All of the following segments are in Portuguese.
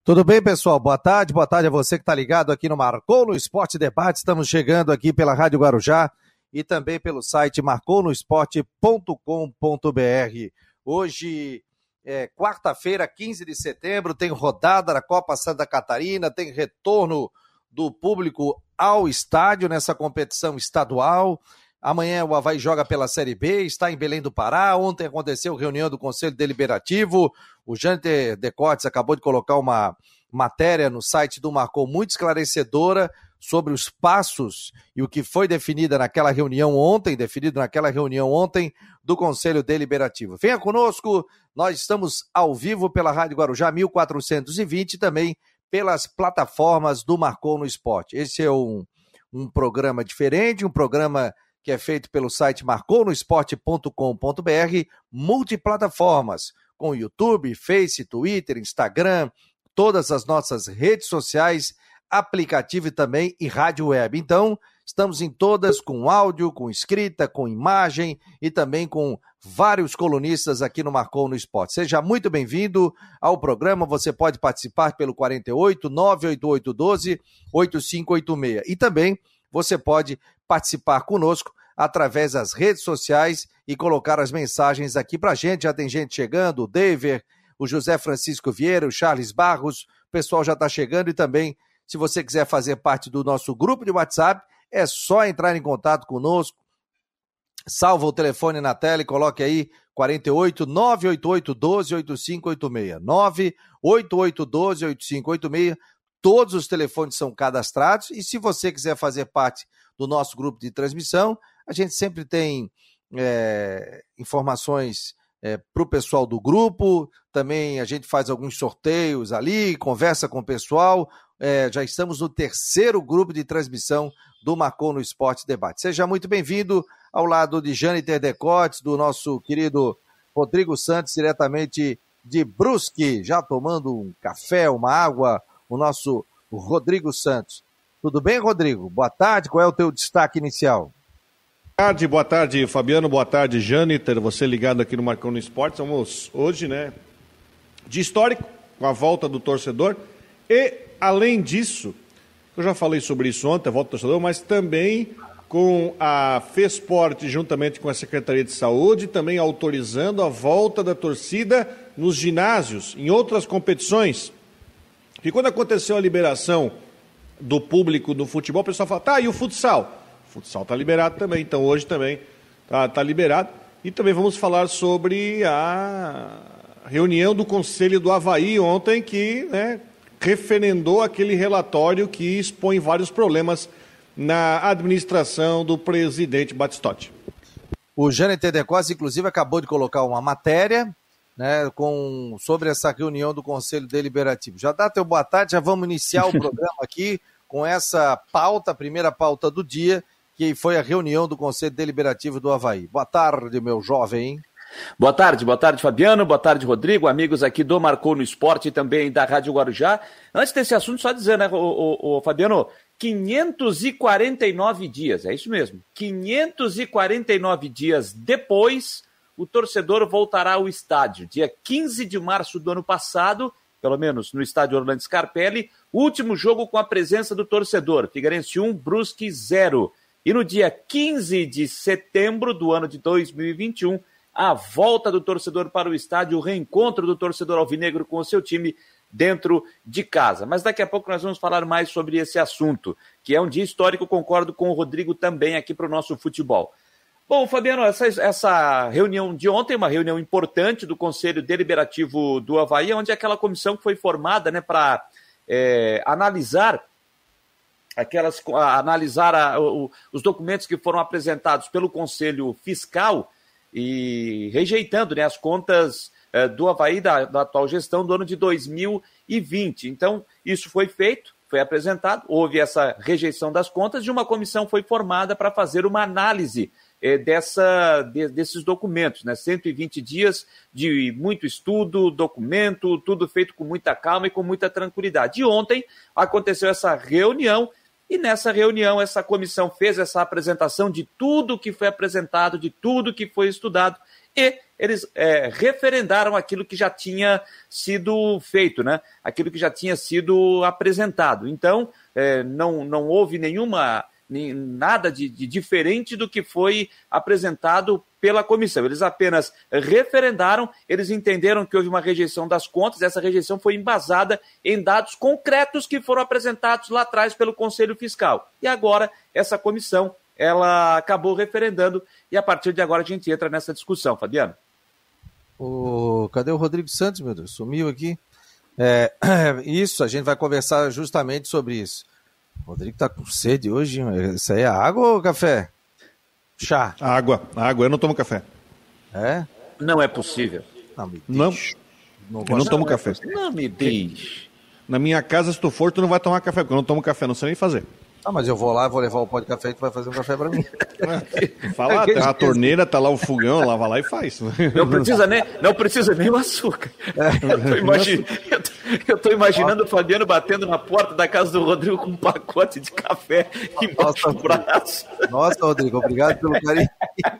Tudo bem, pessoal? Boa tarde a você que está ligado aqui no Marcou no Esporte Debate. Estamos chegando aqui pela Rádio Guarujá e também pelo site marconosport.com.br. Hoje é quarta-feira, 15 de setembro, tem rodada da Copa Santa Catarina, tem retorno do público ao estádio nessa competição estadual. Amanhã o Avaí joga pela Série B, está em Belém do Pará. Ontem aconteceu reunião do Conselho Deliberativo. O Jâniter Decotes acabou de colocar uma matéria no site do Marcou muito esclarecedora sobre os passos e o que foi definido naquela reunião ontem do Conselho Deliberativo. Venha conosco, nós estamos ao vivo pela Rádio Guarujá 1420 e também pelas plataformas do Marcou no Esporte. Esse é um programa diferente, um programa que é feito pelo site marconosport.com.br, multiplataformas, com YouTube, Face, Twitter, Instagram, todas as nossas redes sociais, aplicativo e também e rádio web. Então, estamos em todas com áudio, com escrita, com imagem e também com vários colunistas aqui no Marcou no Esporte. Seja muito bem-vindo ao programa, você pode participar pelo 48-988-12-8586 e também você pode participar conosco através das redes sociais e colocar as mensagens aqui pra gente. Já tem gente chegando, o David, o José Francisco Vieira, o Charles Barros, o pessoal já está chegando e também, se você quiser fazer parte do nosso grupo de WhatsApp, é só entrar em contato conosco, salva o telefone na tela e coloque aí 48-988-12-8586, 988-12-8586, todos os telefones são cadastrados e se você quiser fazer parte do nosso grupo de transmissão, a gente sempre tem informações para o pessoal do grupo, também a gente faz alguns sorteios ali, conversa com o pessoal, já estamos no 3º grupo de transmissão do Marcou no Esporte Debate. Seja muito bem-vindo ao lado de Jâniter Decotes, do nosso querido Rodrigo Santos, diretamente de Brusque, já tomando um café, uma água, o nosso Rodrigo Santos. Tudo bem, Rodrigo? Boa tarde, qual é o teu destaque inicial? Boa tarde, Fabiano, boa tarde, Jâniter, você ligado aqui no Marcou no Esporte. Estamos hoje, de histórico, com a volta do torcedor e, além disso, eu já falei sobre isso ontem, a volta do torcedor, mas também com a FESPORT, juntamente com a Secretaria de Saúde, também autorizando a volta da torcida nos ginásios, em outras competições. E quando aconteceu a liberação do público do futebol, o pessoal fala, e o futsal? O futsal está liberado também, então hoje também está liberado. E também vamos falar sobre a reunião do Conselho do Avaí ontem, que referendou aquele relatório que expõe vários problemas na administração do presidente Batistotti. O Jâniter Decotes, inclusive, acabou de colocar uma matéria sobre essa reunião do Conselho Deliberativo. Já dá teu boa tarde, já vamos iniciar o programa aqui com essa pauta, a primeira pauta do dia, que foi a reunião do Conselho Deliberativo do Avaí. Boa tarde, meu jovem. Boa tarde, Fabiano, boa tarde, Rodrigo, amigos aqui do Marcou no Esporte e também da Rádio Guarujá. Antes desse assunto, só dizer, Fabiano, 549 dias, é isso mesmo, 549 dias depois, o torcedor voltará ao estádio. Dia 15 de março do ano passado, pelo menos no estádio Orlando Scarpelli, último jogo com a presença do torcedor, Figueirense 1, Brusque 0. E no dia 15 de setembro do ano de 2021, a volta do torcedor para o estádio, o reencontro do torcedor alvinegro com o seu time dentro de casa. Mas daqui a pouco nós vamos falar mais sobre esse assunto, que é um dia histórico, concordo com o Rodrigo também aqui para o nosso futebol. Bom, Fabiano, essa reunião de ontem, uma reunião importante do Conselho Deliberativo do Avaí, onde aquela comissão que foi formada para analisar os documentos que foram apresentados pelo Conselho Fiscal e rejeitando as contas do Avaí da atual gestão do ano de 2020. Então, isso foi feito, foi apresentado, houve essa rejeição das contas e uma comissão foi formada para fazer uma análise desses documentos, 120 dias de muito estudo, documento, tudo feito com muita calma e com muita tranquilidade. E ontem aconteceu essa reunião, e nessa reunião essa comissão fez essa apresentação de tudo que foi apresentado, de tudo que foi estudado, e eles referendaram aquilo que já tinha sido feito, né? Aquilo que já tinha sido apresentado. Então, não houve nada de diferente do que foi apresentado pela comissão. Eles apenas referendaram, eles entenderam que houve uma rejeição das contas, essa rejeição foi embasada em dados concretos que foram apresentados lá atrás pelo Conselho Fiscal. E agora, essa comissão, ela acabou referendando, e a partir de agora a gente entra nessa discussão, Fabiano. Cadê o Rodrigo Santos, meu Deus? Sumiu aqui. Isso, a gente vai conversar justamente sobre isso. O Rodrigo tá com sede hoje. Isso aí é água ou café? Chá? Água, eu não tomo café. É? Não é possível. Não, eu não tomo café. Não me deixe. Na minha casa, se tu for, tu não vai tomar café, porque eu não tomo café, não sei nem fazer. Mas eu vou lá, vou levar o pó de café e tu vai fazer um café pra mim. Fala, tem a torneira, tá lá o fogão, lava lá e faz. Não precisa nem o açúcar. Eu tô imaginando o Fabiano batendo na porta da casa do Rodrigo com um pacote de café embaixo do braço. Nossa, Rodrigo, obrigado pelo carinho.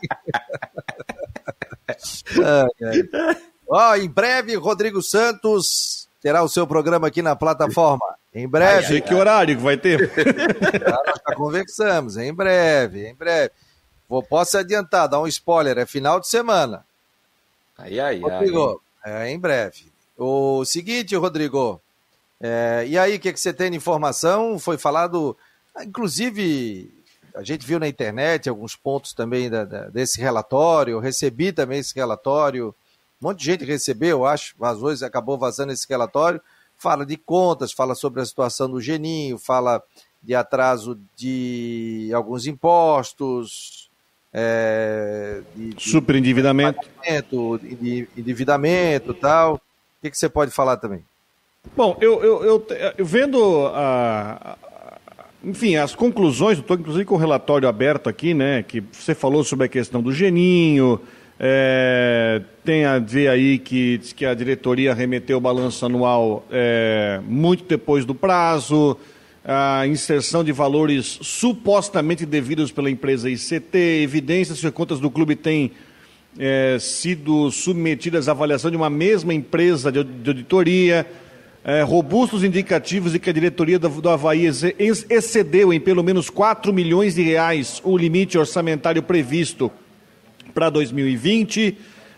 Em breve, Rodrigo Santos terá o seu programa aqui na plataforma. Em breve. Sei que horário que vai ter. Nós já conversamos, em breve. Posso adiantar, dar um spoiler, é final de semana. Rodrigo, em breve. O seguinte, Rodrigo, e aí, o que você tem de informação? Foi falado, inclusive, a gente viu na internet alguns pontos também desse relatório, eu recebi também esse relatório, um monte de gente recebeu, acho, acabou vazando esse relatório, fala de contas, fala sobre a situação do Geninho, fala de atraso de alguns impostos, superendividamento, de endividamento e tal. O que você pode falar também? Bom, eu vendo enfim, as conclusões, eu estou inclusive com o relatório aberto aqui, né, que você falou sobre a questão do Geninho, tem a ver aí que a diretoria remeteu o balanço anual muito depois do prazo, a inserção de valores supostamente devidos pela empresa ICT, evidências que as contas do clube têm sido submetidas à avaliação de uma mesma empresa de auditoria, robustos indicativos de que a diretoria do Avaí excedeu em pelo menos 4 milhões de reais o limite orçamentário previsto para 2020,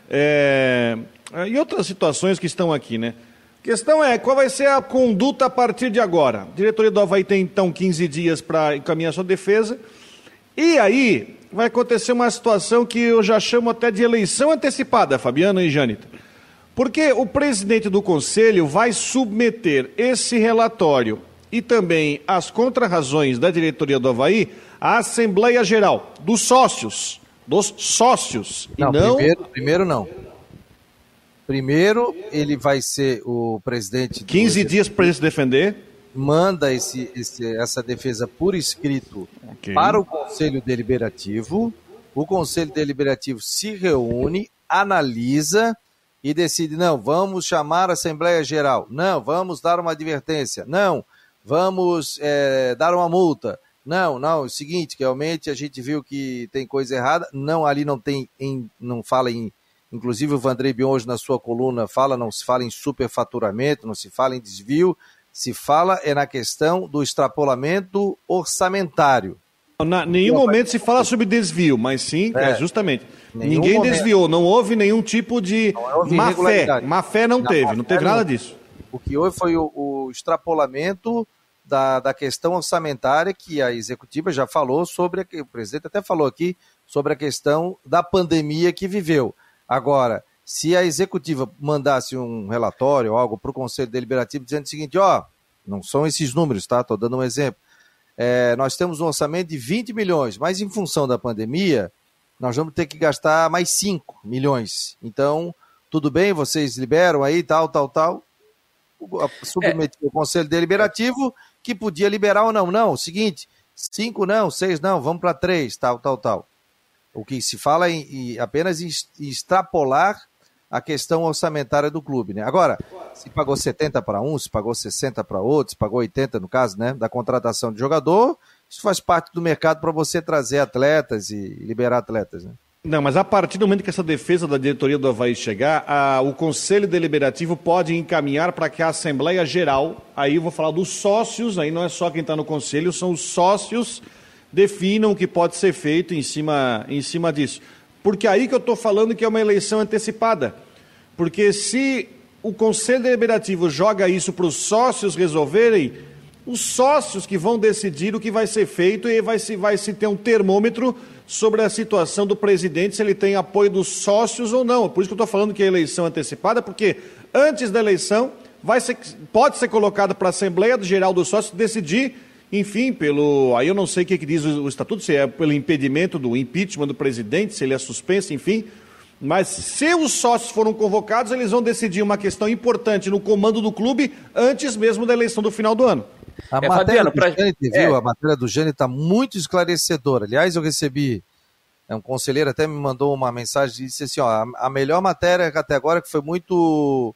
e outras situações que estão aqui, né? A questão é, qual vai ser a conduta a partir de agora? A diretoria do Avaí tem, então, 15 dias para encaminhar sua defesa, e aí vai acontecer uma situação que eu já chamo até de eleição antecipada, Fabiano e Jâniter, porque o presidente do conselho vai submeter esse relatório e também as contrarrazões da diretoria do Avaí à Assembleia Geral dos sócios. Primeiro não. Primeiro ele vai ser o presidente... 15 dias para ele se defender. Manda essa defesa por escrito para o Conselho Deliberativo. O Conselho Deliberativo se reúne, analisa e decide, não, vamos chamar a Assembleia Geral. Não, vamos dar uma advertência. Não, vamos dar uma multa. Não, é o seguinte, que realmente a gente viu que tem coisa errada. Não, ali não fala em... Inclusive o Vandrei Bion hoje na sua coluna não se fala em superfaturamento, não se fala em desvio, se fala na questão do extrapolamento orçamentário. Nenhum momento se fala sobre desvio, mas sim, justamente. Ninguém desviou, não houve nenhum tipo de má fé. Má fé não teve nada disso. O que houve foi o extrapolamento da questão orçamentária que a executiva já falou sobre, o presidente até falou aqui, sobre a questão da pandemia que viveu. Agora, se a executiva mandasse um relatório ou algo para o Conselho Deliberativo dizendo o seguinte, não são esses números, tá? Estou dando um exemplo. Nós temos um orçamento de 20 milhões, mas em função da pandemia, nós vamos ter que gastar mais 5 milhões. Então, tudo bem, vocês liberam aí, tal. Submeter o Conselho Deliberativo, que podia liberar ou não. Não, o seguinte, 5 não, 6 não, vamos para 3, tal. O que se fala apenas em extrapolar a questão orçamentária do clube, né? Agora, se pagou 70 para um, se pagou 60 para outro, se pagou 80 no caso, né, da contratação de jogador, isso faz parte do mercado para você trazer atletas e liberar atletas, né? Não, mas a partir do momento que essa defesa da diretoria do Avaí chegar, o Conselho Deliberativo pode encaminhar para que a Assembleia Geral, aí eu vou falar dos sócios, aí não é só quem está no Conselho, são os sócios, definam o que pode ser feito em cima disso. Porque aí que eu estou falando que é uma eleição antecipada. Porque se o Conselho Deliberativo joga isso para os sócios resolverem, os sócios que vão decidir o que vai ser feito e vai se ter um termômetro sobre a situação do presidente, se ele tem apoio dos sócios ou não. Por isso que eu estou falando que é eleição antecipada, porque antes da eleição pode ser colocado para a Assembleia Geral dos Sócios decidir, enfim, aí eu não sei o que diz o estatuto, se é pelo impedimento do impeachment do presidente, se ele é suspenso, enfim. Mas se os sócios foram convocados, eles vão decidir uma questão importante no comando do clube antes mesmo da eleição do final do ano. A matéria do Jâniter, viu? A matéria do Jâniter está muito esclarecedora. Aliás, eu recebi, um conselheiro até me mandou uma mensagem e disse assim, a melhor matéria até agora que foi muito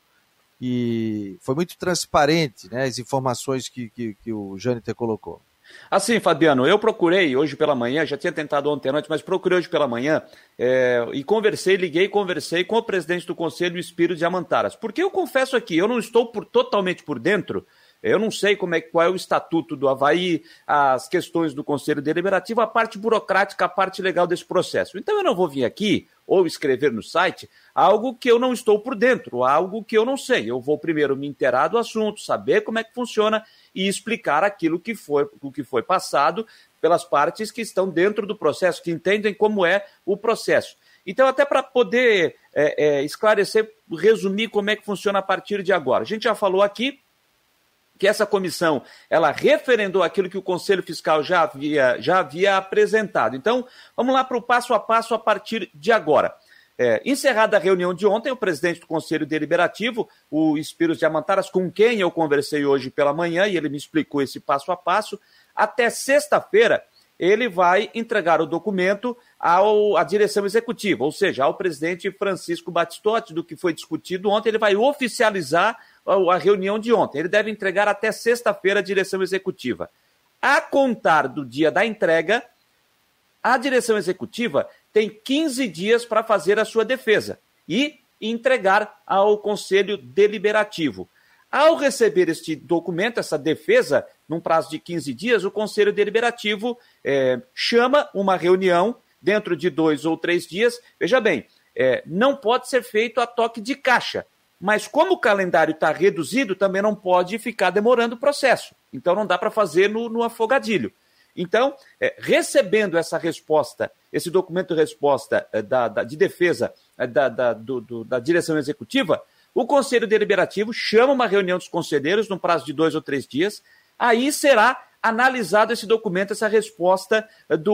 transparente, né, as informações que o Jâniter colocou. Assim, Fabiano, eu procurei hoje pela manhã, já tinha tentado ontem à noite, mas procurei hoje pela manhã e conversei com o presidente do Conselho, o Spíritos Diamantaras. Porque eu confesso aqui, eu não estou totalmente por dentro, eu não sei qual é o estatuto do Avaí, as questões do Conselho Deliberativo, a parte burocrática, a parte legal desse processo. Então eu não vou vir aqui ou escrever no site algo que eu não estou por dentro, algo que eu não sei. Eu vou primeiro me inteirar do assunto, saber como é que funciona e explicar aquilo que foi passado pelas partes que estão dentro do processo, que entendem como é o processo. Então, até para poder esclarecer, resumir como é que funciona a partir de agora. A gente já falou aqui que essa comissão, ela referendou aquilo que o Conselho Fiscal já havia apresentado. Então, vamos lá para o passo a passo a partir de agora. Encerrada a reunião de ontem, o presidente do Conselho Deliberativo, o Spíritos Diamantaras, com quem eu conversei hoje pela manhã, e ele me explicou esse passo a passo, até sexta-feira ele vai entregar o documento à direção executiva, ou seja, ao presidente Francisco Batistotti, do que foi discutido ontem, ele vai oficializar a reunião de ontem. Ele deve entregar até sexta-feira à direção executiva. A contar do dia da entrega, a direção executiva tem 15 dias para fazer a sua defesa e entregar ao Conselho Deliberativo. Ao receber este documento, essa defesa, num prazo de 15 dias, o Conselho Deliberativo chama uma reunião dentro de 2 ou 3 dias. Veja bem, não pode ser feito a toque de caixa, mas como o calendário está reduzido, também não pode ficar demorando o processo. Então não dá para fazer no afogadilho. Então, recebendo essa resposta, esse documento de resposta de defesa da direção executiva, o Conselho Deliberativo chama uma reunião dos conselheiros num prazo de 2 ou 3 dias, aí será analisado esse documento, essa resposta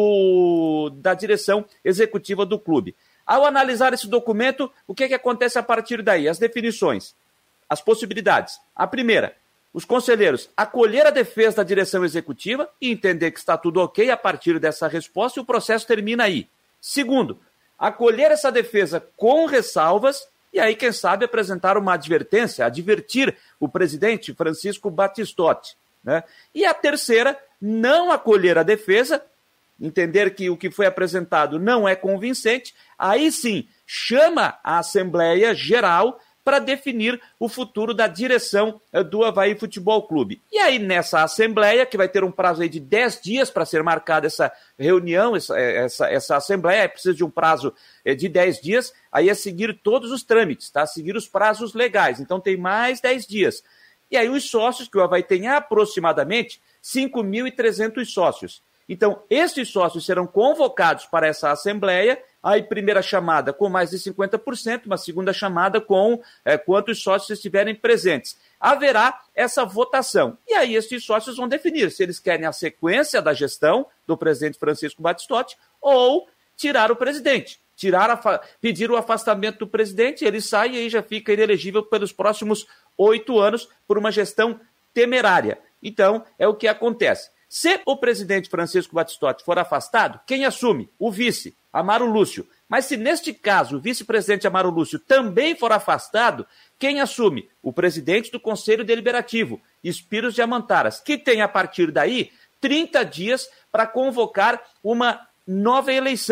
da direção executiva do clube. Ao analisar esse documento, o que acontece a partir daí? As definições, as possibilidades. A primeira, os conselheiros acolher a defesa da direção executiva e entender que está tudo ok a partir dessa resposta e o processo termina aí. Segundo, acolher essa defesa com ressalvas e aí, quem sabe, apresentar uma advertência, advertir o presidente Francisco Batistotti, né? E a terceira, não acolher a defesa, entender que o que foi apresentado não é convincente, aí sim, chama a Assembleia Geral para definir o futuro da direção do Avaí Futebol Clube. E aí, nessa Assembleia, que vai ter um prazo aí de 10 dias para ser marcada essa reunião, essa Assembleia, precisa de um prazo de 10 dias, aí é seguir todos os trâmites, tá? Seguir os prazos legais. Então, tem mais 10 dias. E aí, os sócios, que o Avaí tem aproximadamente 5.300 sócios. Então, estes sócios serão convocados para essa Assembleia, aí primeira chamada com mais de 50%, uma segunda chamada com quantos sócios estiverem presentes. Haverá essa votação. E aí estes sócios vão definir se eles querem a sequência da gestão do presidente Francisco Batistotti ou tirar o presidente. Pedir o afastamento do presidente, ele sai e aí já fica inelegível pelos próximos 8 anos por uma gestão temerária. Então, é o que acontece. Se o presidente Francisco Batistotti for afastado, quem assume? O vice, Amaro Lúcio. Mas se neste caso o vice-presidente Amaro Lúcio também for afastado, quem assume? O presidente do Conselho Deliberativo, Spíritos Diamantaras, que tem a partir daí 30 dias para convocar uma nova eleição.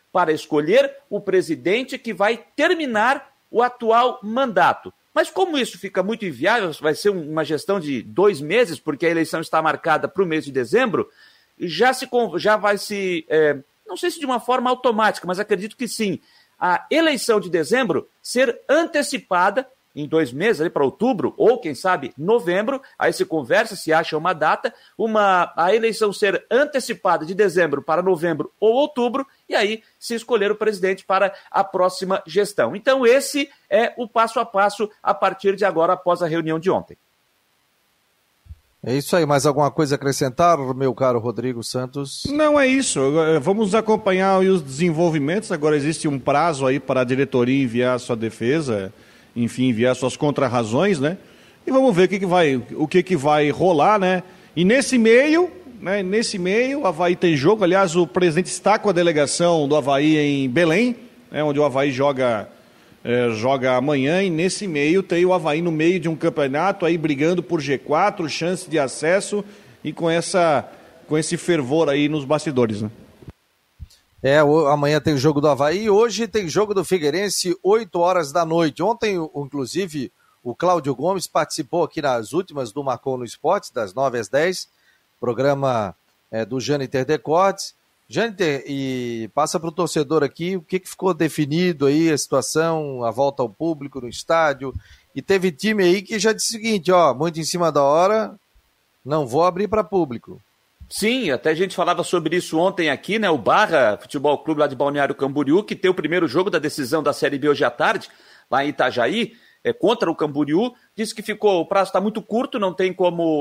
para escolher o presidente que vai terminar o atual mandato. Mas como isso fica muito inviável, vai ser uma gestão de 2 meses, porque a eleição está marcada para o mês de dezembro, já vai se, não sei se de uma forma automática, mas acredito que sim, a eleição de dezembro ser antecipada em 2 meses, ali para outubro, ou quem sabe novembro, aí se conversa, se acha uma data, a eleição ser antecipada de dezembro para novembro ou outubro, e aí se escolher o presidente para a próxima gestão. Então esse é o passo a passo a partir de agora, após a reunião de ontem. É isso aí, mais alguma coisa a acrescentar, meu caro Rodrigo Santos? Não, é isso, vamos acompanhar os desenvolvimentos, agora existe um prazo aí para a diretoria enviar a sua defesa, enfim, enviar suas contrarrazões, né? E vamos ver o que vai rolar, né? E nesse meio, o Avaí tem jogo. Aliás, o presidente está com a delegação do Avaí em Belém, né, onde o Avaí joga amanhã. E nesse meio tem o Avaí no meio de um campeonato aí brigando por G4, chance de acesso e com esse fervor aí nos bastidores, né? Amanhã tem o jogo do Avaí, hoje tem jogo do Figueirense, 8h da noite. Ontem, inclusive, o Cláudio Gomes participou aqui nas últimas do Marcou no Esporte, das 9 às 10, programa do Jâniter Decortes. Jâniter, e passa para o torcedor aqui o que ficou definido aí, a situação, a volta ao público no estádio. E teve time aí que já disse o seguinte, muito em cima da hora, não vou abrir para público. Sim, até a gente falava sobre isso ontem aqui, né? O Barra Futebol Clube lá de Balneário Camboriú, que tem o primeiro jogo da decisão da Série B hoje à tarde, lá em Itajaí, contra o Camboriú, disse que o prazo está muito curto, não tem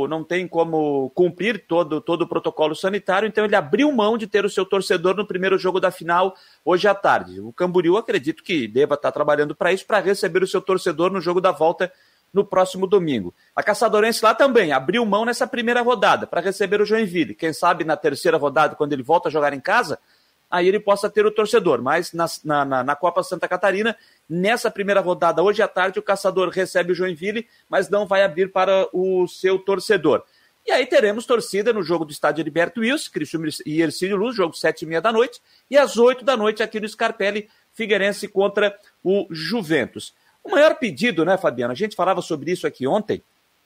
como cumprir todo o protocolo sanitário, então ele abriu mão de ter o seu torcedor no primeiro jogo da final hoje à tarde. O Camboriú, acredito que deva estar trabalhando para isso, para receber o seu torcedor no jogo da volta no próximo domingo. A Caçadorense lá também abriu mão nessa primeira rodada para receber o Joinville. Quem sabe na terceira rodada, quando ele volta a jogar em casa, aí ele possa ter o torcedor. Mas na Copa Santa Catarina, nessa primeira rodada, hoje à tarde, o Caçador recebe o Joinville, mas não vai abrir para o seu torcedor. E aí teremos torcida no jogo do estádio Heriberto Wilson, Criciúma e Hercílio Luz, jogo 7h30 da noite, e às 8 da noite aqui no Scarpelli, Figueirense contra o Juventus. O maior pedido, né, Fabiano? A gente falava sobre isso aqui ontem.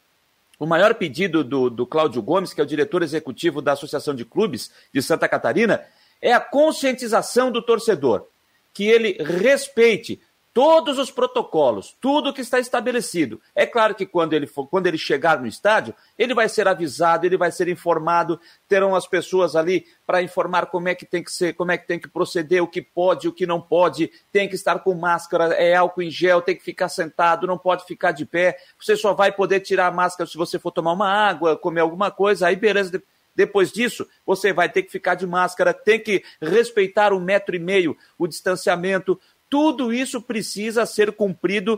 O maior pedido do Cláudio Gomes, que é o diretor executivo da Associação de Clubes de Santa Catarina, é a conscientização do torcedor. Que ele respeite todos os protocolos, tudo que está estabelecido. É claro que quando ele chegar no estádio, ele vai ser avisado, ele vai ser informado, terão as pessoas ali para informar como é que tem que ser, como é que tem que proceder, o que pode, o que não pode, tem que estar com máscara, álcool em gel, tem que ficar sentado, não pode ficar de pé, você só vai poder tirar a máscara se você for tomar uma água, comer alguma coisa, aí beleza. Depois disso, você vai ter que ficar de máscara, tem que respeitar 1,5 metro, o distanciamento. Tudo isso precisa ser cumprido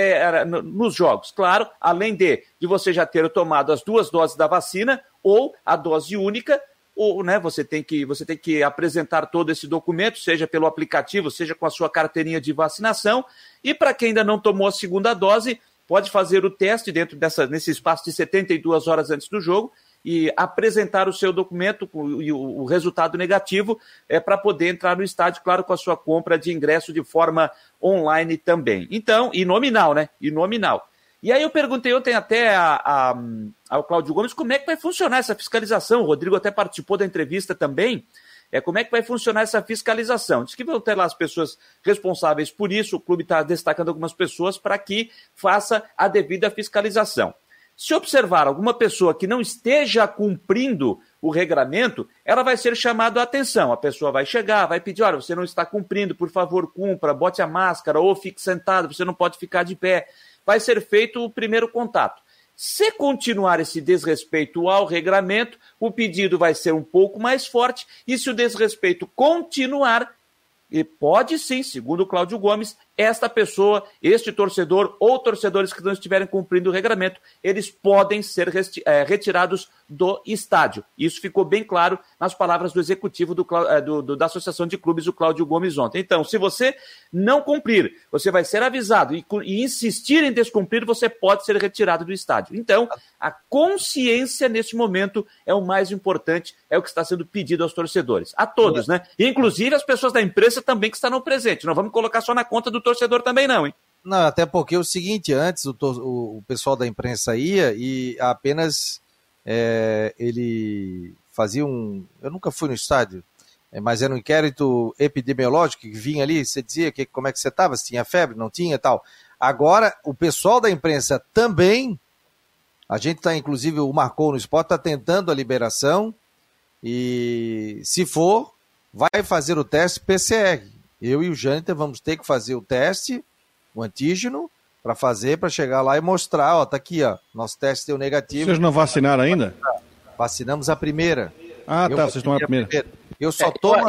nos jogos. Claro, além de você já ter tomado as 2 doses da vacina ou a dose única, ou, né, você tem que apresentar todo esse documento, seja pelo aplicativo, seja com a sua carteirinha de vacinação. E para quem ainda não tomou a segunda dose, pode fazer o teste nesse espaço de 72 horas antes do jogo e apresentar o seu documento e o resultado negativo para poder entrar no estádio, claro, com a sua compra de ingresso de forma online também. Então, e nominal, né? E nominal. E aí eu perguntei ontem até ao Cláudio Gomes como é que vai funcionar essa fiscalização. O Rodrigo até participou da entrevista também. Como é que vai funcionar essa fiscalização? Diz que vão ter lá as pessoas responsáveis por isso, o clube está destacando algumas pessoas para que faça a devida fiscalização. Se observar alguma pessoa que não esteja cumprindo o regramento, ela vai ser chamada a atenção. A pessoa vai chegar, vai pedir, olha, você não está cumprindo, por favor, cumpra, bote a máscara ou fique sentado, você não pode ficar de pé. Vai ser feito o primeiro contato. Se continuar esse desrespeito ao regramento, o pedido vai ser um pouco mais forte e se o desrespeito continuar, e pode sim, segundo o Cláudio Gomes, esta pessoa, este torcedor ou torcedores que não estiverem cumprindo o regramento, eles podem ser retirados do estádio. Isso ficou bem claro nas palavras do executivo da Associação de Clubes, o Cláudio Gomes, ontem. Então, se você não cumprir, você vai ser avisado e insistir em descumprir, você pode ser retirado do estádio. Então, a consciência neste momento é o mais importante, é o que está sendo pedido aos torcedores. A todos, né? E, inclusive as pessoas da imprensa também que estarão presentes. Não vamos colocar só na conta do torcedor também não, hein? Não, até porque é o seguinte, antes o pessoal da imprensa ia e apenas ele fazia eu nunca fui no estádio, mas era um inquérito epidemiológico que vinha ali, você dizia como é que você estava, se tinha febre, não tinha e tal. Agora, o pessoal da imprensa também, a gente está, inclusive, o Marcou no Esporte está tentando a liberação e, se for, vai fazer o teste PCR. Eu e o Jâniter vamos ter que fazer o teste, o antígeno, para chegar lá e mostrar, tá aqui, nosso teste deu negativo. Vocês não vacinaram ainda? Vacinamos a primeira. Ah, tá, vocês tomaram a primeira. Eu só tomo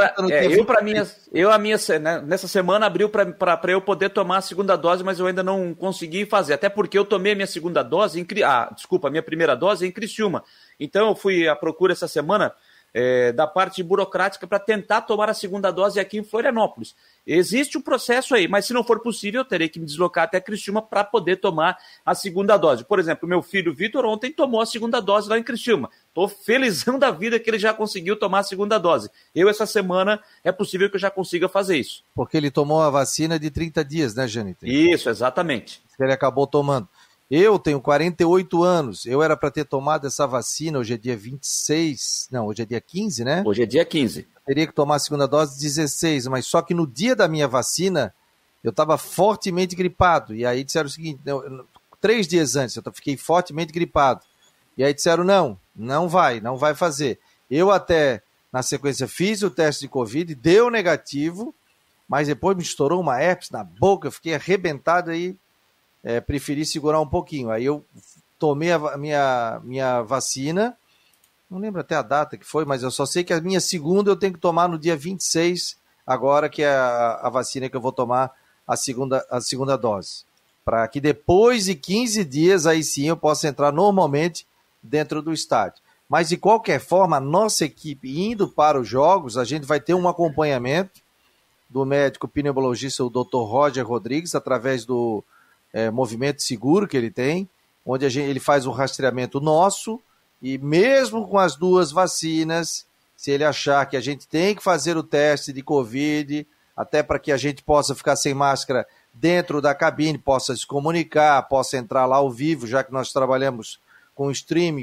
nessa semana abriu para eu poder tomar a segunda dose, mas eu ainda não consegui fazer, até porque eu tomei a minha segunda dose, a minha primeira dose em Criciúma. Então eu fui à procura essa semana da parte burocrática para tentar tomar a segunda dose aqui em Florianópolis. Existe um processo aí, mas se não for possível, eu terei que me deslocar até Criciúma para poder tomar a segunda dose. Por exemplo, meu filho Vitor ontem tomou a segunda dose lá em Criciúma. Estou felizão da vida que ele já conseguiu tomar a segunda dose. Eu, essa semana, é possível que eu já consiga fazer isso. Porque ele tomou a vacina de 30 dias, né, Jâniter? Isso, exatamente. Ele acabou tomando. Eu tenho 48 anos, eu era para ter tomado essa vacina, hoje é dia 26, não, hoje é dia 15, né? Hoje é dia 15. Eu teria que tomar a segunda dose 16, mas só que no dia da minha vacina, eu estava fortemente gripado, e aí disseram o seguinte, 3 dias antes, eu fiquei fortemente gripado, e aí disseram, não vai fazer. Eu até, na sequência, fiz o teste de Covid, deu negativo, mas depois me estourou uma herpes na boca, eu fiquei arrebentado aí, preferi segurar um pouquinho. Aí eu tomei a minha vacina, não lembro até a data que foi, mas eu só sei que a minha segunda eu tenho que tomar no dia 26, agora que é a vacina que eu vou tomar a segunda dose. Para que depois de 15 dias, aí sim eu possa entrar normalmente dentro do estádio. Mas de qualquer forma, a nossa equipe indo para os jogos, a gente vai ter um acompanhamento do médico pneumologista, o Dr. Roger Rodrigues, através do movimento seguro que ele tem, onde ele faz um rastreamento nosso, e mesmo com as 2 vacinas, se ele achar que a gente tem que fazer o teste de Covid, até para que a gente possa ficar sem máscara dentro da cabine, possa se comunicar, possa entrar lá ao vivo, já que nós trabalhamos com streaming,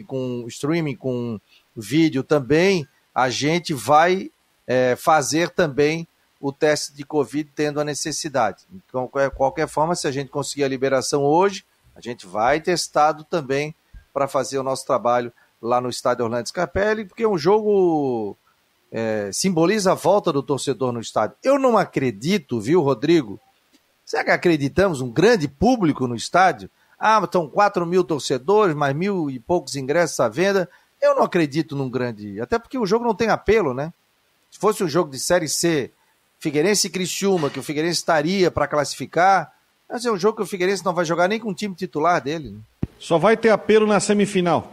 com vídeo também, a gente vai fazer também o teste de Covid tendo a necessidade. Então, de qualquer forma, se a gente conseguir a liberação hoje, a gente vai testado também para fazer o nosso trabalho lá no estádio Orlando Scarpelli, porque um jogo simboliza a volta do torcedor no estádio. Eu não acredito, viu, Rodrigo? Será que acreditamos um grande público no estádio? Estão 4 mil torcedores, mais 1.000 e poucos ingressos à venda. Eu não acredito num grande... Até porque o jogo não tem apelo, né? Se fosse um jogo de Série C, Figueirense e Criciúma, que o Figueirense estaria para classificar, mas é um jogo que o Figueirense não vai jogar nem com o time titular dele. Né? Só vai ter apelo na semifinal.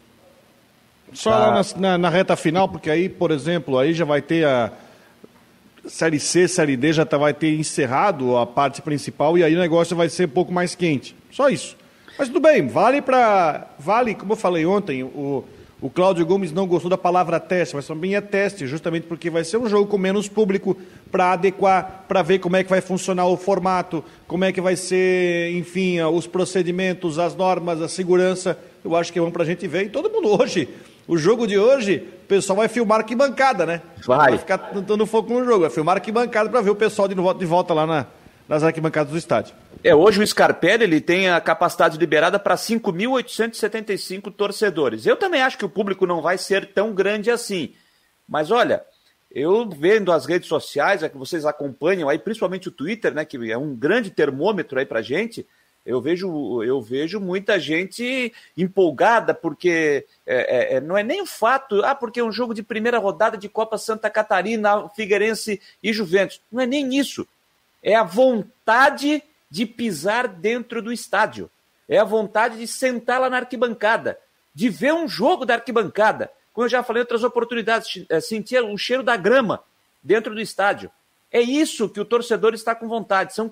Só lá na reta final, porque aí, por exemplo, aí já vai ter a Série C, Série D, já vai ter encerrado a parte principal e aí o negócio vai ser um pouco mais quente. Só isso. Mas tudo bem, vale, como eu falei ontem, o Cláudio Gomes não gostou da palavra teste, mas também é teste, justamente porque vai ser um jogo com menos público para adequar, para ver como é que vai funcionar o formato, como é que vai ser, enfim, os procedimentos, as normas, a segurança. Eu acho que é bom para a gente ver. E todo mundo hoje, o jogo de hoje, o pessoal vai filmar arquibancada, né? Vai ficar dando fogo no jogo, vai filmar arquibancada para ver o pessoal de volta lá nas arquibancadas do estádio. Hoje o Scarpelli ele tem a capacidade liberada para 5.875 torcedores. Eu também acho que o público não vai ser tão grande assim. Mas olha, eu vendo as redes sociais, que vocês acompanham aí, principalmente o Twitter, né, que é um grande termômetro aí pra gente, eu vejo muita gente empolgada, porque não é nem o fato, porque é um jogo de primeira rodada de Copa Santa Catarina, Figueirense e Juventus. Não é nem isso. É a vontade de pisar dentro do estádio. É a vontade de sentar lá na arquibancada, de ver um jogo da arquibancada. Como eu já falei em outras oportunidades, sentir o cheiro da grama dentro do estádio. É isso que o torcedor está com vontade. São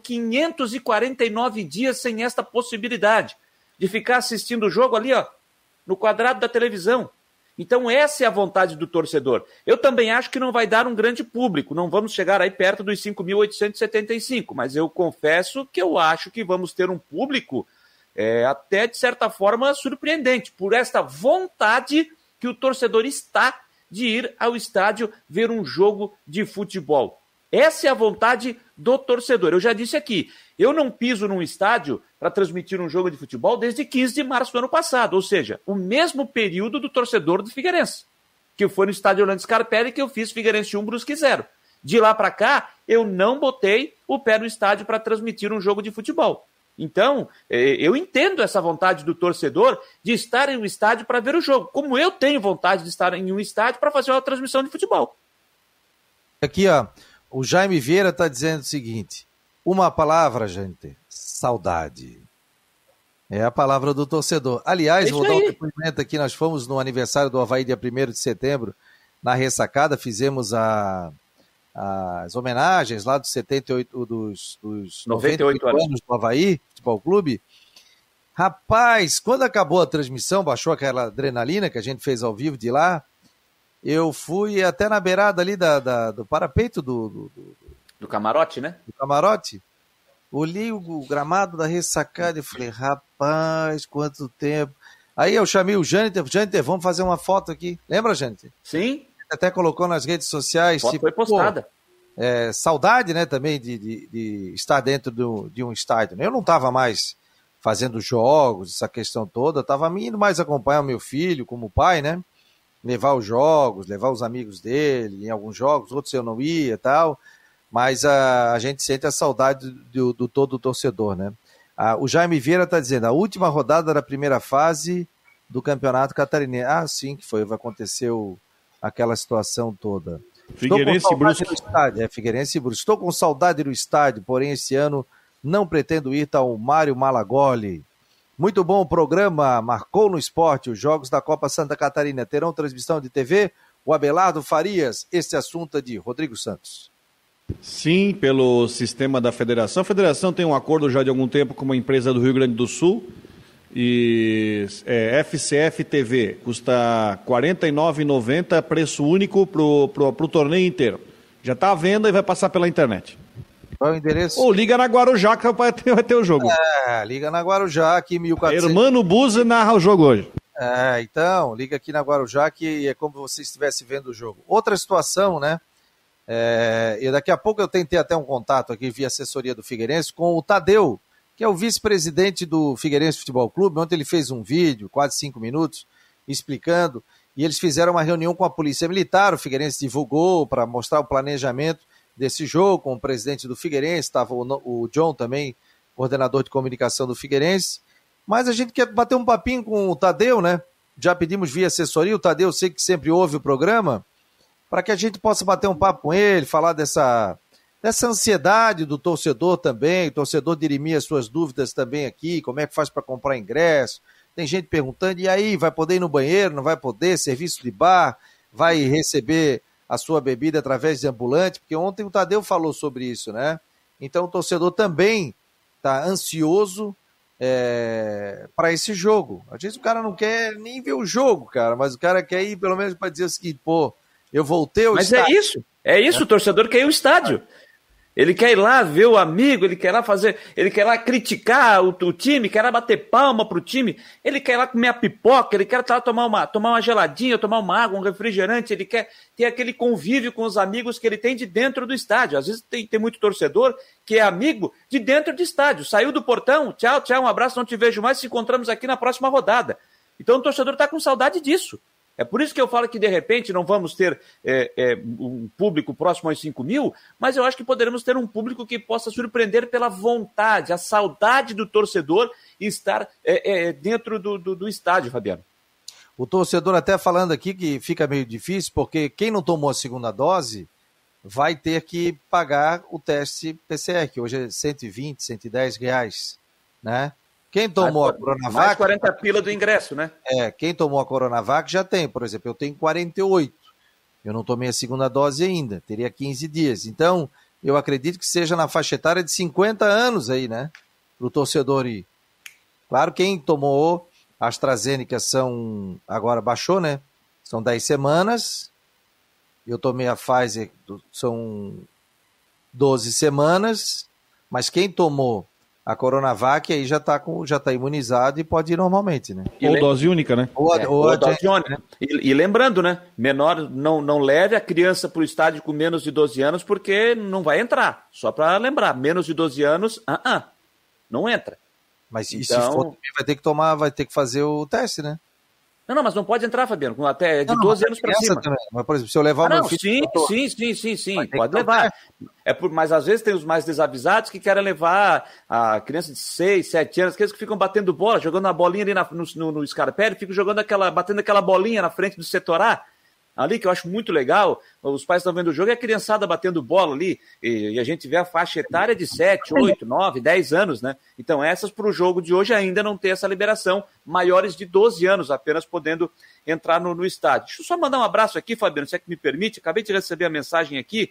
549 dias sem esta possibilidade de ficar assistindo o jogo ali, ó, no quadrado da televisão. Então essa é a vontade do torcedor. Eu também acho que não vai dar um grande público, não vamos chegar aí perto dos 5.875, mas eu confesso que eu acho que vamos ter um público até de certa forma surpreendente, por esta vontade que o torcedor está de ir ao estádio ver um jogo de futebol. Essa é a vontade do torcedor. Eu já disse aqui, eu não piso num estádio para transmitir um jogo de futebol desde 15 de março do ano passado, ou seja, o mesmo período do torcedor do Figueirense, que foi no estádio Orlando Scarpelli que eu fiz Figueirense 1, Brusque 0. De lá para cá, eu não botei o pé no estádio para transmitir um jogo de futebol. Então, eu entendo essa vontade do torcedor de estar em um estádio para ver o jogo, como eu tenho vontade de estar em um estádio para fazer uma transmissão de futebol. Aqui, ó, o Jaime Vieira está dizendo o seguinte, uma palavra, gente, saudade. É a palavra do torcedor. Aliás, vou dar um depoimento aqui, nós fomos no aniversário do Avaí, dia 1º de setembro, na ressacada, fizemos as homenagens lá dos 78, dos 98 anos do Avaí, Futebol Clube. Rapaz, quando acabou a transmissão, baixou aquela adrenalina que a gente fez ao vivo de lá, eu fui até na beirada ali do parapeito do camarote, né? Do camarote. Olhei o gramado da ressacada e falei, rapaz, quanto tempo. Aí eu chamei o Jâniter, vamos fazer uma foto aqui. Lembra, Jâniter? Sim. Até colocou nas redes sociais. A foto foi postada. Saudade, né, também de estar dentro de um estádio. Eu não estava mais fazendo jogos, essa questão toda. Eu estava indo mais acompanhar o meu filho como pai, né? Levar os jogos, levar os amigos dele em alguns jogos, outros eu não ia e tal. Mas a gente sente a saudade do todo o torcedor, né? O Jaime Vieira está dizendo, a última rodada da primeira fase do Campeonato Catarinense. Ah, sim, que aconteceu aquela situação toda. Figueirense e Brusque. Figueirense e Brusque. Estou com saudade do estádio, porém esse ano não pretendo ir ao Mário Malagoli. Muito bom o programa, marcou no esporte. Os jogos da Copa Santa Catarina terão transmissão de TV? O Abelardo Farias, este assunto é de Rodrigo Santos. Sim, pelo sistema da federação. A federação tem um acordo já de algum tempo com uma empresa do Rio Grande do Sul e FCF TV, custa R$ 49,90, preço único pro torneio inteiro. Já está à venda e vai passar pela internet. Qual é o endereço? Ou liga na Guarujá que vai ter o jogo. Liga na Guarujá, aqui 1400. Hermano Buza narra o jogo hoje. Então, liga aqui na Guarujá que é como se você estivesse vendo o jogo. Outra situação, né? E daqui a pouco eu tentei até um contato aqui via assessoria do Figueirense com o Tadeu, que é o vice-presidente do Figueirense Futebol Clube. Ontem ele fez um vídeo, quase 5 minutos, explicando, e eles fizeram uma reunião com a Polícia Militar. O Figueirense divulgou para mostrar o planejamento desse jogo com o presidente do Figueirense, estava o John também, coordenador de comunicação do Figueirense. Mas a gente quer bater um papinho com o Tadeu, né? Já pedimos via assessoria, o Tadeu sei que sempre ouve o programa, para que a gente possa bater um papo com ele, falar dessa ansiedade do torcedor também, o torcedor dirimir as suas dúvidas também aqui, como é que faz para comprar ingresso, tem gente perguntando, e aí, vai poder ir no banheiro, não vai poder, serviço de bar, vai receber a sua bebida através de ambulante, porque ontem o Tadeu falou sobre isso, né? Então o torcedor também está ansioso para esse jogo. Às vezes o cara não quer nem ver o jogo, cara, mas o cara quer ir pelo menos para dizer o seguinte, eu voltei ao estádio. Mas é isso, o torcedor quer ir ao estádio. Ele quer ir lá ver o amigo, ele quer lá ele quer lá criticar o time, quer lá bater palma pro time, ele quer lá comer a pipoca, ele quer lá tomar uma geladinha, tomar uma água, um refrigerante, ele quer ter aquele convívio com os amigos que ele tem de dentro do estádio. Às vezes tem muito torcedor que é amigo de dentro do estádio, saiu do portão, tchau, um abraço, não te vejo mais, se encontramos aqui na próxima rodada. Então o torcedor está com saudade disso. É por isso que eu falo que, de repente, não vamos ter um público próximo aos 5 mil, mas eu acho que poderemos ter um público que possa surpreender pela vontade, a saudade do torcedor estar dentro do estádio, Fabiano. O torcedor até falando aqui que fica meio difícil, porque quem não tomou a segunda dose vai ter que pagar o teste PCR, que hoje é 120, 110 reais, né? Quem tomou a Coronavac... Mais 40 pila do ingresso, né? Quem tomou a Coronavac já tem, por exemplo, eu tenho 48, eu não tomei a segunda dose ainda, teria 15 dias, então eu acredito que seja na faixa etária de 50 anos aí, né? Para o torcedor ir. Claro, quem tomou a AstraZeneca agora baixou, né? São 10 semanas, eu tomei a Pfizer, são 12 semanas, mas quem tomou a Coronavac aí já tá imunizado e pode ir normalmente, né? Ou dose única, né? Ou dose única. E lembrando, né? Menor, não leve a criança para o estádio com menos de 12 anos, porque não vai entrar. Só para lembrar, menos de 12 anos, não entra. Mas então... se for, vai ter que fazer o teste, né? Não, mas não pode entrar, Fabiano, até de 12 anos para cima. Também. Mas, por exemplo, se eu levar o meu filho... Sim, pode levar. Mas às vezes tem os mais desavisados que querem levar a criança de 6, 7 anos, aqueles que ficam batendo bola, jogando a bolinha ali no Scarpelli, ficam batendo aquela bolinha na frente do setor A, ali, que eu acho muito legal. Os pais estão vendo o jogo e a criançada batendo bola ali, e a gente vê a faixa etária de 7, 8, 9, 10 anos, né? Então essas para o jogo de hoje ainda não tem essa liberação, maiores de 12 anos apenas podendo entrar no estádio. Deixa eu só mandar um abraço aqui, Fabiano, se é que me permite, acabei de receber a mensagem aqui,